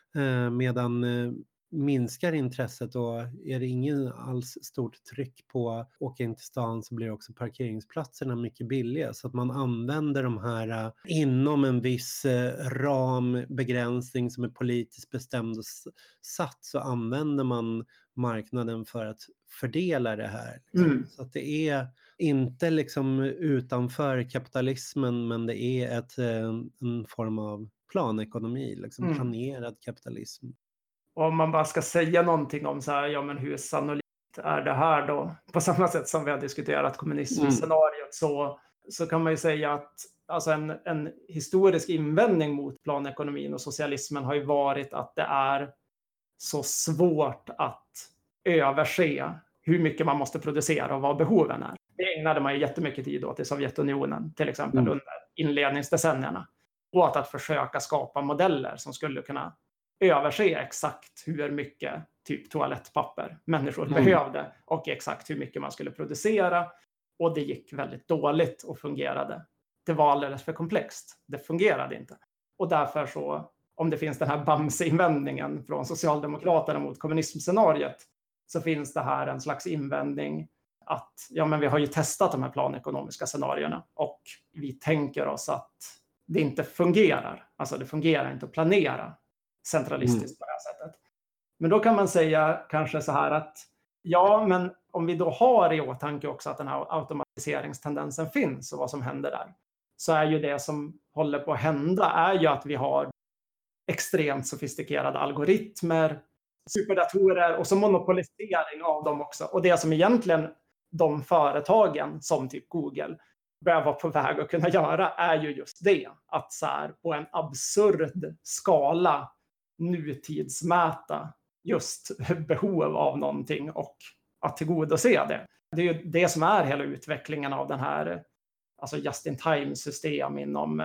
medan minskar intresset och är det ingen alls stort tryck på att åka in till stan, så blir också parkeringsplatserna mycket billiga, så att man använder de här inom en viss rambegränsning som är politiskt bestämd och satt, så använder man marknaden för att fördela det här. Så att det är inte liksom utanför kapitalismen, men det är en form av planekonomi, liksom planerad kapitalism. Och om man bara ska säga någonting om så här, ja men hur sannolikt är det här då? På samma sätt som vi har diskuterat kommunismscenariot, så kan man ju säga att alltså en historisk invändning mot planekonomin och socialismen har ju varit att det är så svårt att överse hur mycket man måste producera och vad behoven är. Det ägnade man ju jättemycket tid åt i Sovjetunionen, till exempel under inledningsdecennierna. Och att försöka skapa modeller som skulle kunna överse exakt hur mycket typ toalettpapper människor behövde och exakt hur mycket man skulle producera. Och det gick väldigt dåligt och fungerade. Det var alldeles för komplext. Det fungerade inte. Och därför så, om det finns den här Bamse-invändningen från Socialdemokraterna mot kommunismscenariet, så finns det här en slags invändning att ja, men vi har ju testat de här planekonomiska scenarierna och vi tänker oss att det inte fungerar. Alltså det fungerar inte att planera centralistiskt på det här sättet. Men då kan man säga kanske så här att ja, men om vi då har i åtanke också att den här automatiseringstendensen finns och vad som händer där, så är ju det som håller på att hända är ju att vi har extremt sofistikerade algoritmer, superdatorer och så monopolisering av dem också. Och det som egentligen de företagen som typ Google börjar vara på väg att kunna göra är ju just det. Att så här, på en absurd skala nutidsmäta just behov av någonting och att tillgodose det. Det är ju det som är hela utvecklingen av den här alltså just-in-time-system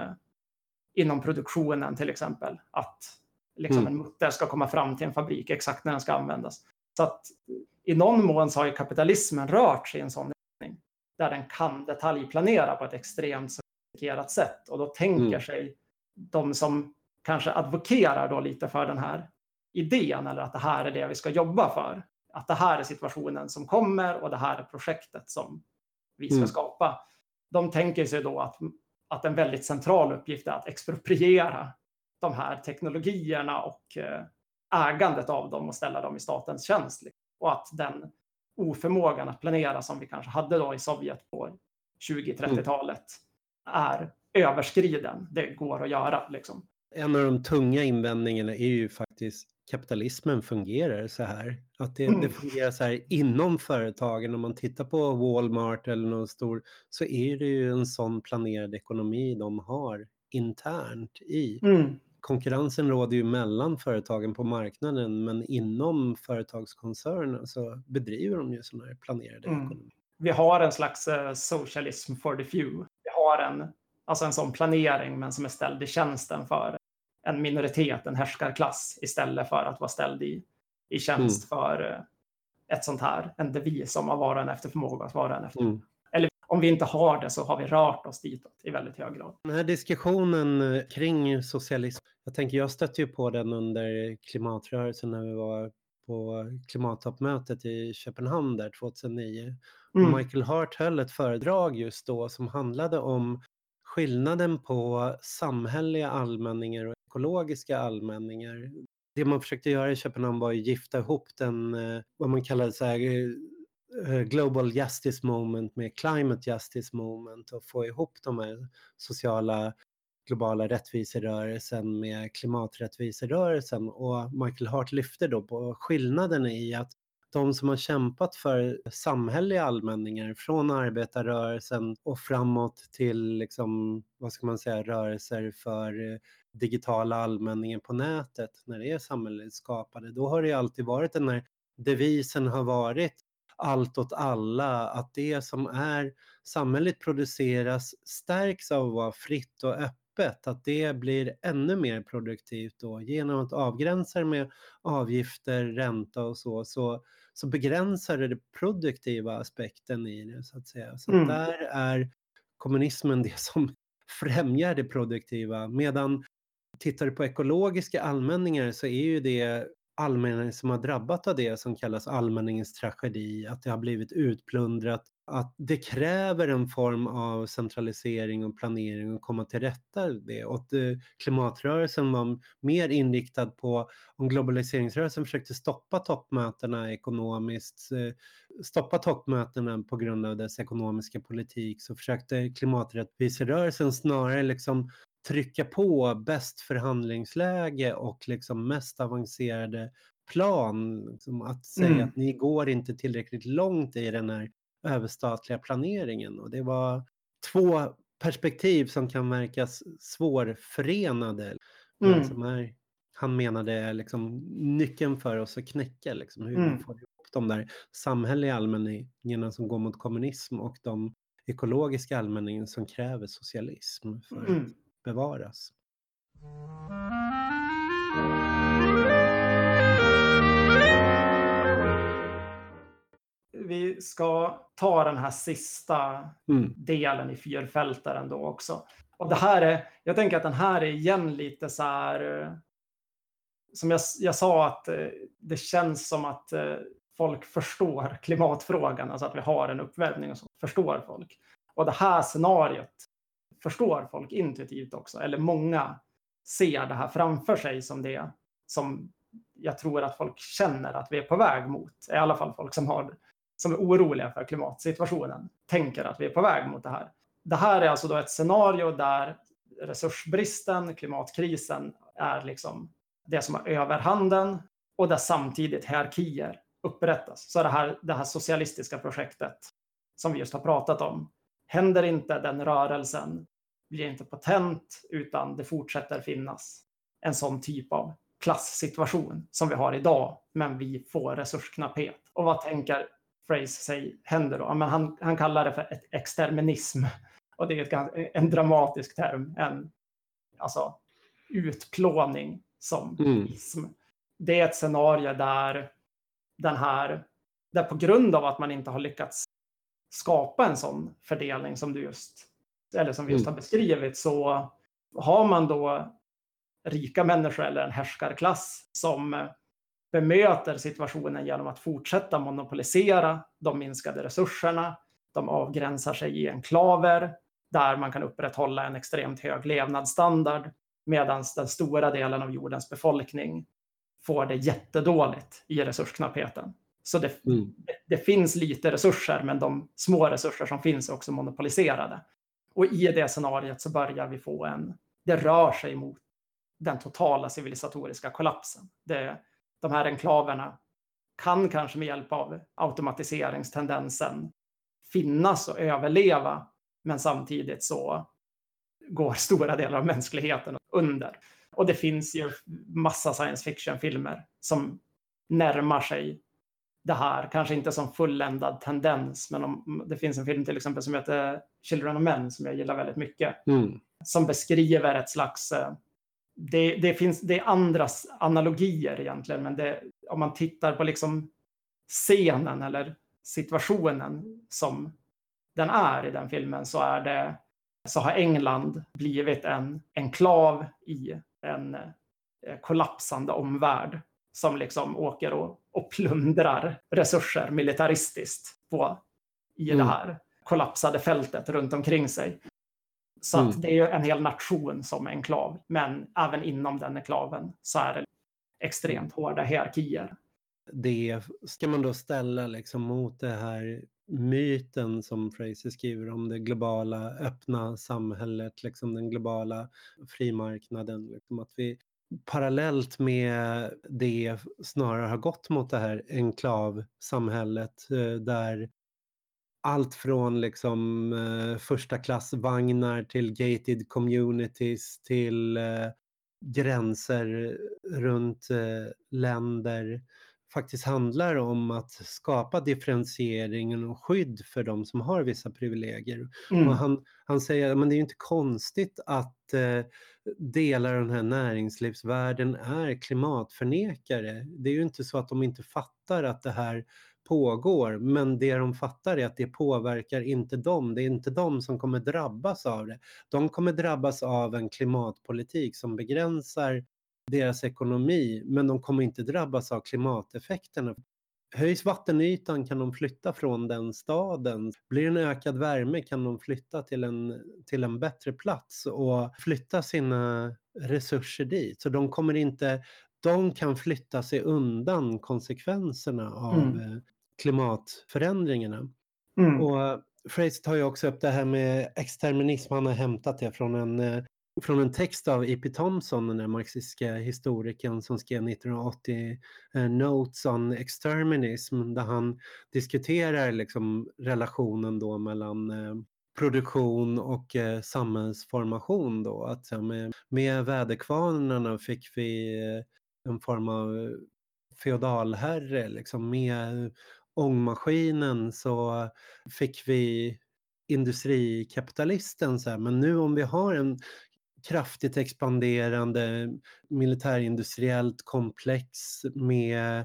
inom produktionen till exempel. Att liksom en mutter ska komma fram till en fabrik exakt när den ska användas. Så att i någon mån så har ju kapitalismen rört sig i en sån riktning där den kan detaljplanera på ett extremt sofistikerat sätt. Och då tänker sig de som kanske advokerar då lite för den här idén, eller att det här är det vi ska jobba för. Att det här är situationen som kommer och det här är projektet som vi ska skapa. De tänker sig då att en väldigt central uppgift är att expropriera de här teknologierna och ägandet av dem och ställa dem i statens tjänst. Och att den oförmågan att planera som vi kanske hade då i Sovjet på 20-30-talet är överskriden. Det går att göra liksom. En av de tunga invändningarna är ju faktiskt kapitalismen fungerar så här. Att det fungerar så här inom företagen. Om man tittar på Walmart eller någon stor, så är det ju en sån planerad ekonomi de har internt i. Konkurrensen råder ju mellan företagen på marknaden, men inom företagskoncernen så bedriver de ju sån här planerade ekonomi. Vi har en slags socialism for the few. Vi har en sån planering, men som är ställd i tjänsten för en minoritet, en härskarklass, istället för att vara ställd i tjänst för ett sånt här, en devis om att vara en efter förmåga, att vara en efter. Eller om vi inte har det så har vi rört oss ditåt i väldigt hög grad. Den här diskussionen kring socialism, jag stötte ju på den under klimatrörelsen när vi var på klimattoppmötet i Köpenhamn där 2009. Michael Hart höll ett föredrag just då som handlade om skillnaden på samhälleliga allmänningar och ekologiska allmänningar. Det man försökte göra i Köpenhamn var att gifta ihop den, vad man kallade så här, global justice movement med climate justice movement och få ihop de här sociala globala rättviserörelsen med klimaträttviserörelsen. Och Michael Hart lyfte då på skillnaden i att de som har kämpat för samhälleliga allmänningar från arbetarrörelsen och framåt till liksom, vad ska man säga, rörelser för digitala allmänningar på nätet när det är samhälleligt skapade. Då har det alltid varit den här devisen har varit allt åt alla, att det som är samhället produceras stärks av att vara fritt och öppet, att det blir ännu mer produktivt då genom att avgränsa det med avgifter, ränta och så begränsar det produktiva aspekten i det så att säga. Så där är kommunismen det som främjar det produktiva, medan tittar du på ekologiska allmänningar så är ju det allmänningar som har drabbat av det som kallas allmänningens tragedi, att det har blivit utplundrat, att det kräver en form av centralisering och planering och komma till rätta med det. Och klimatrörelsen var mer inriktad på, om globaliseringsrörelsen försökte stoppa toppmötena ekonomiskt, stoppa toppmötena på grund av dess ekonomiska politik, så försökte klimaträttviserörelsen snarare liksom trycka på bäst förhandlingsläge och liksom mest avancerade plan. Liksom att säga att ni går inte tillräckligt långt i den här överstatliga planeringen. Och det var två perspektiv som kan verkas svårförenade. Men som är, han menade är liksom nyckeln för oss att knäcka liksom, hur vi får ihop de där samhälleliga allmänningarna som går mot kommunism och de ekologiska allmänningarna som kräver socialism för att bevaras. Vi ska ta den här sista delen i fyrfältaren då också. Och det här är, jag tänker att den här är igen lite så här, som jag sa, att det känns som att folk förstår klimatfrågan, alltså att vi har en uppvärmning och så förstår folk. Och det här scenariot förstår folk intuitivt också, eller många ser det här framför sig som det som jag tror att folk känner att vi är på väg mot. I alla fall folk som är oroliga för klimatsituationen tänker att vi är på väg mot det här. Det här är alltså då ett scenario där resursbristen, klimatkrisen är liksom det som har överhanden och där samtidigt hierarkier upprättas. Så det här socialistiska projektet som vi just har pratat om, händer inte den rörelsen, blir inte potent, utan det fortsätter finnas en sån typ av klasssituation som vi har idag, men vi får resursknapphet. Och vad tänker Fraser sig händer då? Men han kallar det för ett exterminism. Och det är en dramatisk term, alltså utplåning som ism. Det är ett scenario där på grund av att man inte har lyckats skapa en sån fördelning som vi just har beskrivit, så har man då rika människor eller en härskarklass som bemöter situationen genom att fortsätta monopolisera de minskade resurserna. De avgränsar sig i enklaver där man kan upprätthålla en extremt hög levnadsstandard, medan den stora delen av jordens befolkning får det jättedåligt i resursknappheten. Så det finns lite resurser, men de små resurser som finns är också monopoliserade. Och i det scenariet så börjar vi få det rör sig mot den totala civilisatoriska kollapsen. De här enklaverna kan kanske med hjälp av automatiseringstendensen finnas och överleva, men samtidigt så går stora delar av mänskligheten under. Och det finns ju massa science fiction-filmer som närmar sig det här, kanske inte som fulländad tendens, men det finns en film till exempel som heter Children of Men som jag gillar väldigt mycket, som beskriver ett slags det är andra analogier egentligen, men om man tittar på liksom scenen eller situationen som den är i den filmen, så har England blivit en enklav i en kollapsande omvärld som liksom åker och plundrar resurser militaristiskt i det här kollapsade fältet runt omkring sig. Så att det är en hel nation som enklav, men även inom den enklaven så är det extremt hårda hierarkier. Det ska man då ställa liksom mot det här myten som Fraser skriver om det globala öppna samhället, liksom den globala frimarknaden, liksom att parallellt med det snarare har gått mot det här enklavsamhället där allt från liksom första klassvagnar till gated communities till gränser runt länder faktiskt handlar om att skapa differentiering och skydd för de som har vissa privilegier. Och han säger att det är inte konstigt att delar av den här näringslivsvärlden är klimatförnekare. Det är ju inte så att de inte fattar att det här pågår, men det de fattar är att det påverkar inte dem. Det är inte de som kommer drabbas av det. De kommer drabbas av en klimatpolitik som begränsar deras ekonomi, men de kommer inte drabbas av klimateffekterna. Höjs vattenytan kan de flytta från den staden. Blir en ökad värme kan de flytta till en bättre plats och flytta sina resurser dit. Så de kan flytta sig undan konsekvenserna av klimatförändringarna. Och Fraser tar ju också upp det här med exterminism. Han har hämtat det från en text av E.P. Thompson, den där marxistiska historikern som skrev 1980 Notes on Exterminism, där han diskuterar liksom relationen då mellan produktion och samhällsformation då. Att med väderkvarnarna fick vi en form av feodalherre, liksom med ångmaskinen så fick vi industrikapitalisten. Men nu om vi har en kraftigt expanderande militärindustriellt komplex med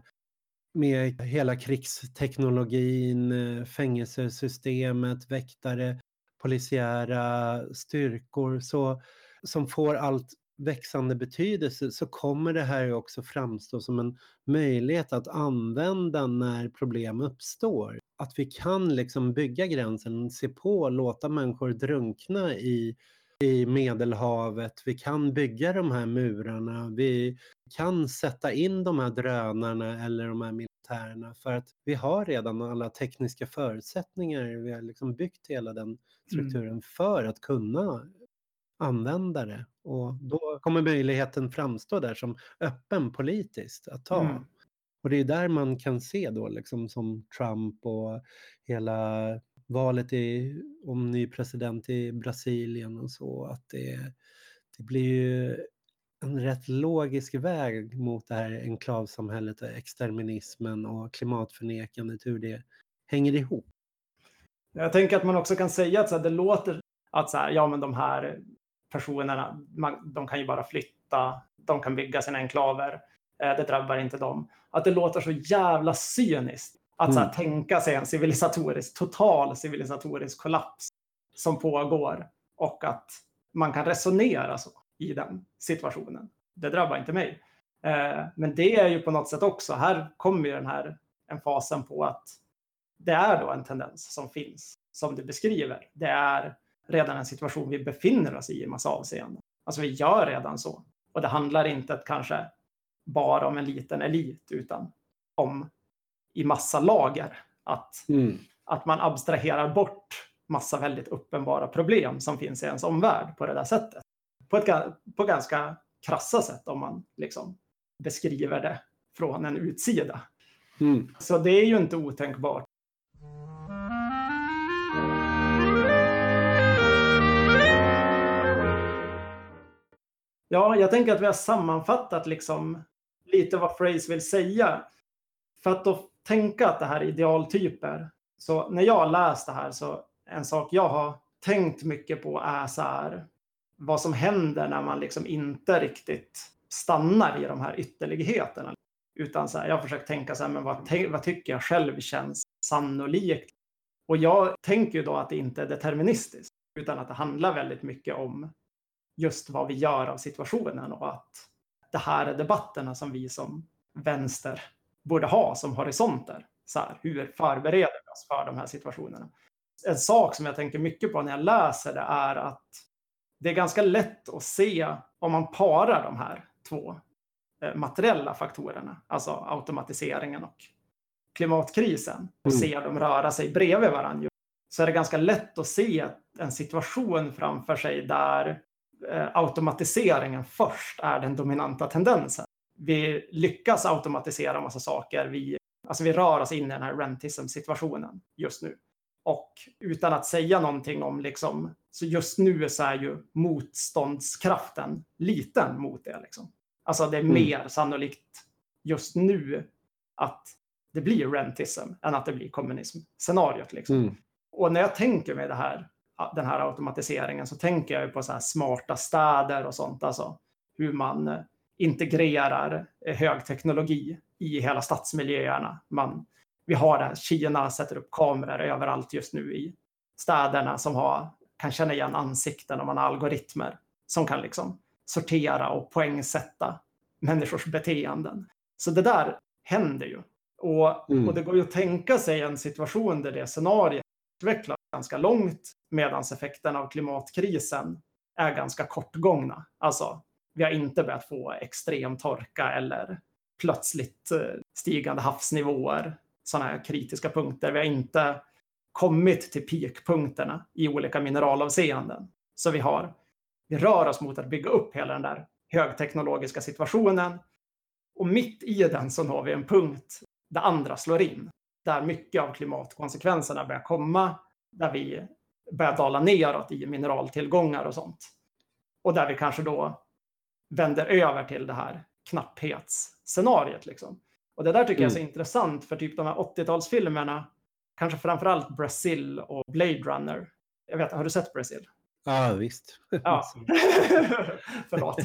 hela krigsteknologin, fängelsesystemet, väktare, polisiära styrkor som får allt växande betydelse, så kommer det här också framstå som en möjlighet att använda när problem uppstår. Att vi kan liksom bygga gränsen, se på, låta människor drunkna i Medelhavet. Vi kan bygga de här murarna. Vi kan sätta in de här drönarna eller de här militärerna för att vi har redan alla tekniska förutsättningar. Vi har liksom byggt hela den strukturen för att kunna använda det. Och då kommer möjligheten framstå där som öppen politiskt att ta. Och det är där man kan se då liksom som Trump och hela valet om ny president i Brasilien och så, att det blir ju en rätt logisk väg mot det här enklavsamhället, exterminismen och klimatförnekandet, hur det hänger ihop. Jag tänker att man också kan säga att det låter att men de här personerna, de kan ju bara flytta, de kan bygga sina enklaver, det drabbar inte dem. Att det låter så jävla cyniskt att tänka sig en total civilisatorisk kollaps som pågår och att man kan resonera så i den situationen. Det drabbar inte mig. Men det är ju på något sätt också, här kommer ju en fasen på att det är då en tendens som finns, som du beskriver. Det är redan en situation vi befinner oss i massa avseenden. Alltså vi gör redan så. Och det handlar inte kanske bara om en liten elit, utan om i massa lager. Att man abstraherar bort massa väldigt uppenbara problem som finns i ens omvärld på det där sättet. På ganska krassa sätt om man liksom beskriver det från en utsida. Så det är ju inte otänkbart. Ja, jag tänker att vi har sammanfattat liksom lite vad Fraser vill säga. För att då tänka att det här är idealtyper. Så när jag läst det här, så en sak jag har tänkt mycket på är vad som händer när man liksom inte riktigt stannar i de här ytterligheterna. Utan jag har försökt tänka men vad tycker jag själv känns sannolikt? Och jag tänker ju då att det inte är deterministiskt, utan att det handlar väldigt mycket om just vad vi gör av situationen, och att det här är debatterna som vi som vänster borde ha som horisonter. Hur förbereder vi oss för de här situationerna? En sak som jag tänker mycket på när jag läser det är att det är ganska lätt att se om man parar de här två materiella faktorerna, alltså automatiseringen och klimatkrisen, och ser dem röra sig bredvid varandra, så är det ganska lätt att se en situation framför sig där automatiseringen först är den dominanta tendensen. Vi lyckas automatisera massa saker. Vi rör oss in i den här rentism-situationen just nu. Och utan att säga någonting om liksom, så just nu så är ju motståndskraften liten mot det liksom. Alltså det är mer sannolikt just nu att det blir rentism än att det blir kommunism-scenariot liksom. Och när jag tänker med den här automatiseringen så tänker jag ju på så här smarta städer och sånt, alltså hur man integrerar hög teknologi i hela stadsmiljöerna. Vi har det, Kina sätter upp kameror överallt just nu i städerna som kan känna igen ansikten, och man har algoritmer som kan liksom sortera och poängsätta människors beteenden. Så det där händer ju. Och det går ju att tänka sig en situation där det scenariot utvecklas ganska långt medan effekterna av klimatkrisen är ganska kortgångna. Alltså, vi har inte börjat få extrem torka eller plötsligt stigande havsnivåer, sådana här kritiska punkter. Vi har inte kommit till peakpunkterna i olika mineralavseenden. Så vi rör oss mot att bygga upp hela den där högteknologiska situationen. Och mitt i den så har vi en punkt där andra slår in. Där mycket av klimatkonsekvenserna börjar komma. Där vi börjar dala neråt i mineraltillgångar och sånt. Och där vi kanske då vänder över till det här knapphetsscenariet liksom. Och det där tycker jag är så intressant, för typ de här 80-talsfilmerna, kanske framförallt Brazil och Blade Runner. Jag vet, har du sett Brazil? Ja, visst. Ja. Förlåt.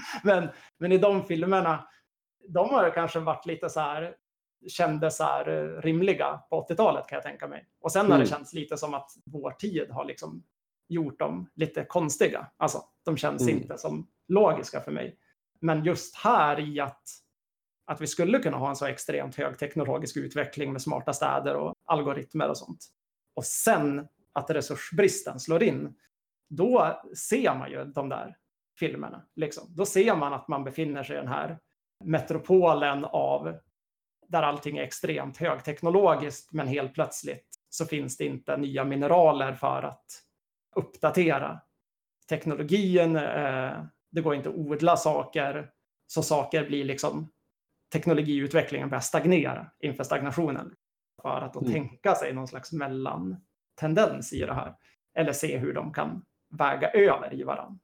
Men i de filmerna, de har kanske varit lite så här, kändes så här rimliga på 80-talet, kan jag tänka mig. Och sen har det känts lite som att vår tid har liksom gjort dem lite konstiga. Alltså, de känns inte som logiska för mig. Men just här i att vi skulle kunna ha en så extremt hög teknologisk utveckling med smarta städer och algoritmer och sånt. Och sen att resursbristen slår in, då ser man ju de där filmerna. Liksom. Då ser man att man befinner sig i den här metropolen där allting är extremt högteknologiskt, men helt plötsligt så finns det inte nya mineraler för att uppdatera teknologin. Det går inte att odla saker, så saker blir liksom, teknologiutvecklingen börjar stagnera inför stagnationen. För att då tänka sig någon slags mellantendens i det här. Eller se hur de kan väga över i varandra.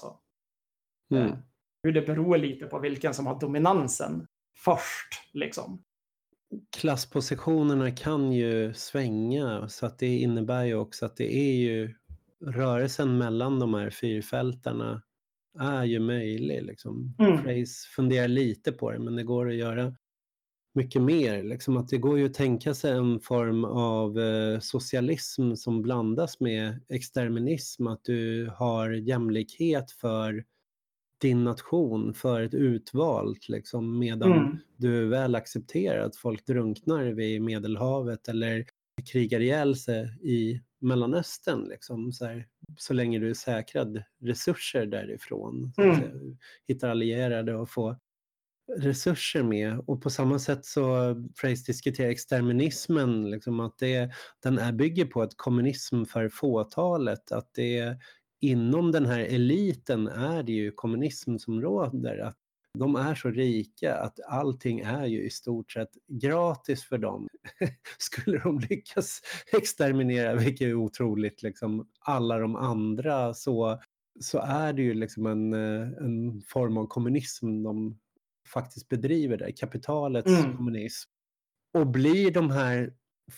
Hur det beror lite på vilken som har dominansen först. Liksom. Klasspositionerna kan ju svänga, så att det innebär ju också att det är ju rörelsen mellan de här fyrfältarna är ju möjlig. Liksom. Fraser funderar lite på det, men det går att göra mycket mer. Liksom, att det går ju att tänka sig en form av socialism som blandas med exterminism. Att du har jämlikhet för din nation, för ett utvalt, liksom, medan du väl accepterar att folk drunknar vid Medelhavet eller krigar ihjäl sig i Mellanöstern, liksom, så länge du är säkrad resurser därifrån. Så att hittar allierade och få resurser med. Och på samma sätt så Fraser diskuterar exterminismen, liksom, att den bygger på ett kommunism för fåtalet, att det inom den här eliten är det ju kommunism som råder, att de är så rika att allting är ju i stort sett gratis för dem. Skulle de lyckas exterminera, vilket är otroligt, liksom, alla de andra, så är det ju liksom en form av kommunism de faktiskt bedriver där, kapitalets kommunism. Och blir de här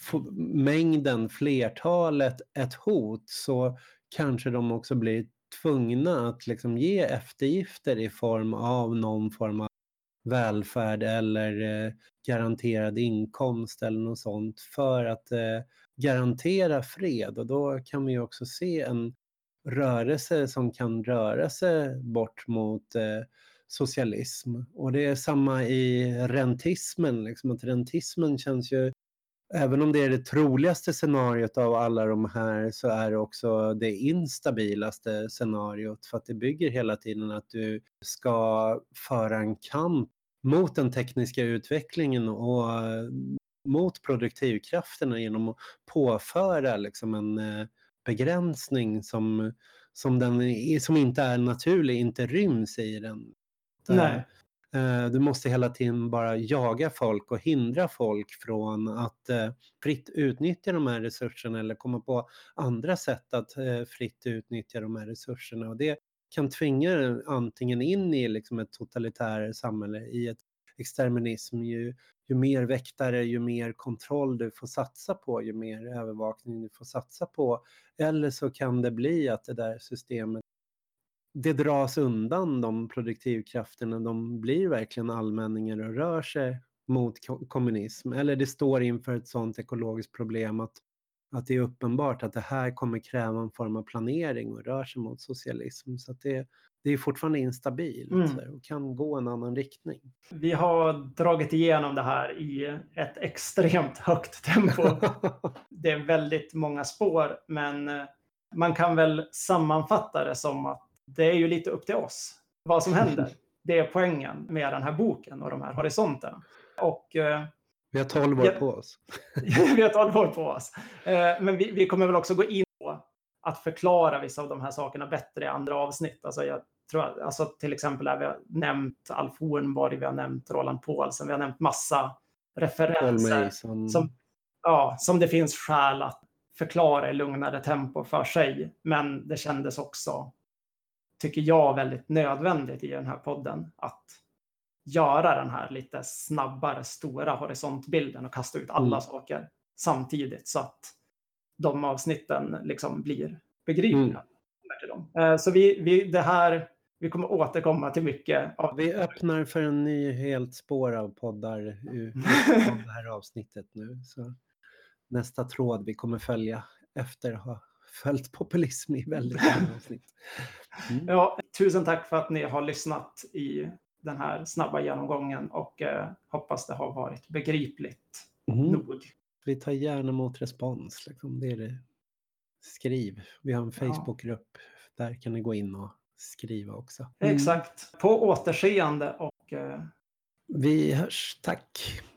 flertalet ett hot, så kanske de också blir tvungna att liksom ge eftergifter i form av någon form av välfärd eller garanterad inkomst eller något sånt för att garantera fred. Och då kan vi också se en rörelse som kan röra sig bort mot socialism. Och det är samma i rentismen, liksom, att rentismen känns ju, även om det är det troligaste scenariot av alla de här, så är det också det instabilaste scenariot, för att det bygger hela tiden att du ska föra en kamp mot den tekniska utvecklingen och mot produktivkrafterna genom att påföra liksom en begränsning som som inte är naturlig, inte ryms i den. Nej. Du måste hela tiden bara jaga folk och hindra folk från att fritt utnyttja de här resurserna eller komma på andra sätt att fritt utnyttja de här resurserna. Och det kan tvinga antingen in i liksom ett totalitärt samhälle, i ett exterminism. Ju mer väktare, ju mer kontroll du får satsa på, ju mer övervakning du får satsa på. Eller så kan det bli att det där systemet, det dras undan, de produktivkrafterna, de blir verkligen allmänningar och rör sig mot kommunism. Eller det står inför ett sådant ekologiskt problem att det är uppenbart att det här kommer kräva en form av planering och rör sig mot socialism. Så att det är fortfarande instabilt och kan gå en annan riktning. Vi har dragit igenom det här i ett extremt högt tempo. Det är väldigt många spår, men man kan väl sammanfatta det som att det är ju lite upp till oss vad som händer. Det är poängen med den här boken och de här horisonterna. Och vi har 12 år på oss. Vi har 12 år på oss. Men vi kommer väl också gå in på att förklara vissa av de här sakerna bättre i andra avsnitt. Alltså jag tror, alltså till exempel där vi har nämnt Alf Hornborg, vi har nämnt Roland Paulsen, vi har nämnt massa referenser som det finns skäl att förklara i lugnare tempo för sig. Men det kändes också, tycker jag, väldigt nödvändigt i den här podden att göra den här lite snabbare, stora horisontbilden och kasta ut alla saker samtidigt så att de avsnitten liksom blir begripliga. Så vi kommer återkomma till mycket. Vi öppnar för en ny helt spår av poddar av det här avsnittet nu. Så nästa tråd vi kommer följa efter att ha följt populism i väldigt många avsnitt. Ja, tusen tack för att ni har lyssnat i den här snabba genomgången och hoppas det har varit begripligt nog. Vi tar gärna emot respons. Liksom. Det är det. Skriv. Vi har en Facebookgrupp. Där kan ni gå in och skriva också. Exakt. På återseende och... Vi hörs. Tack.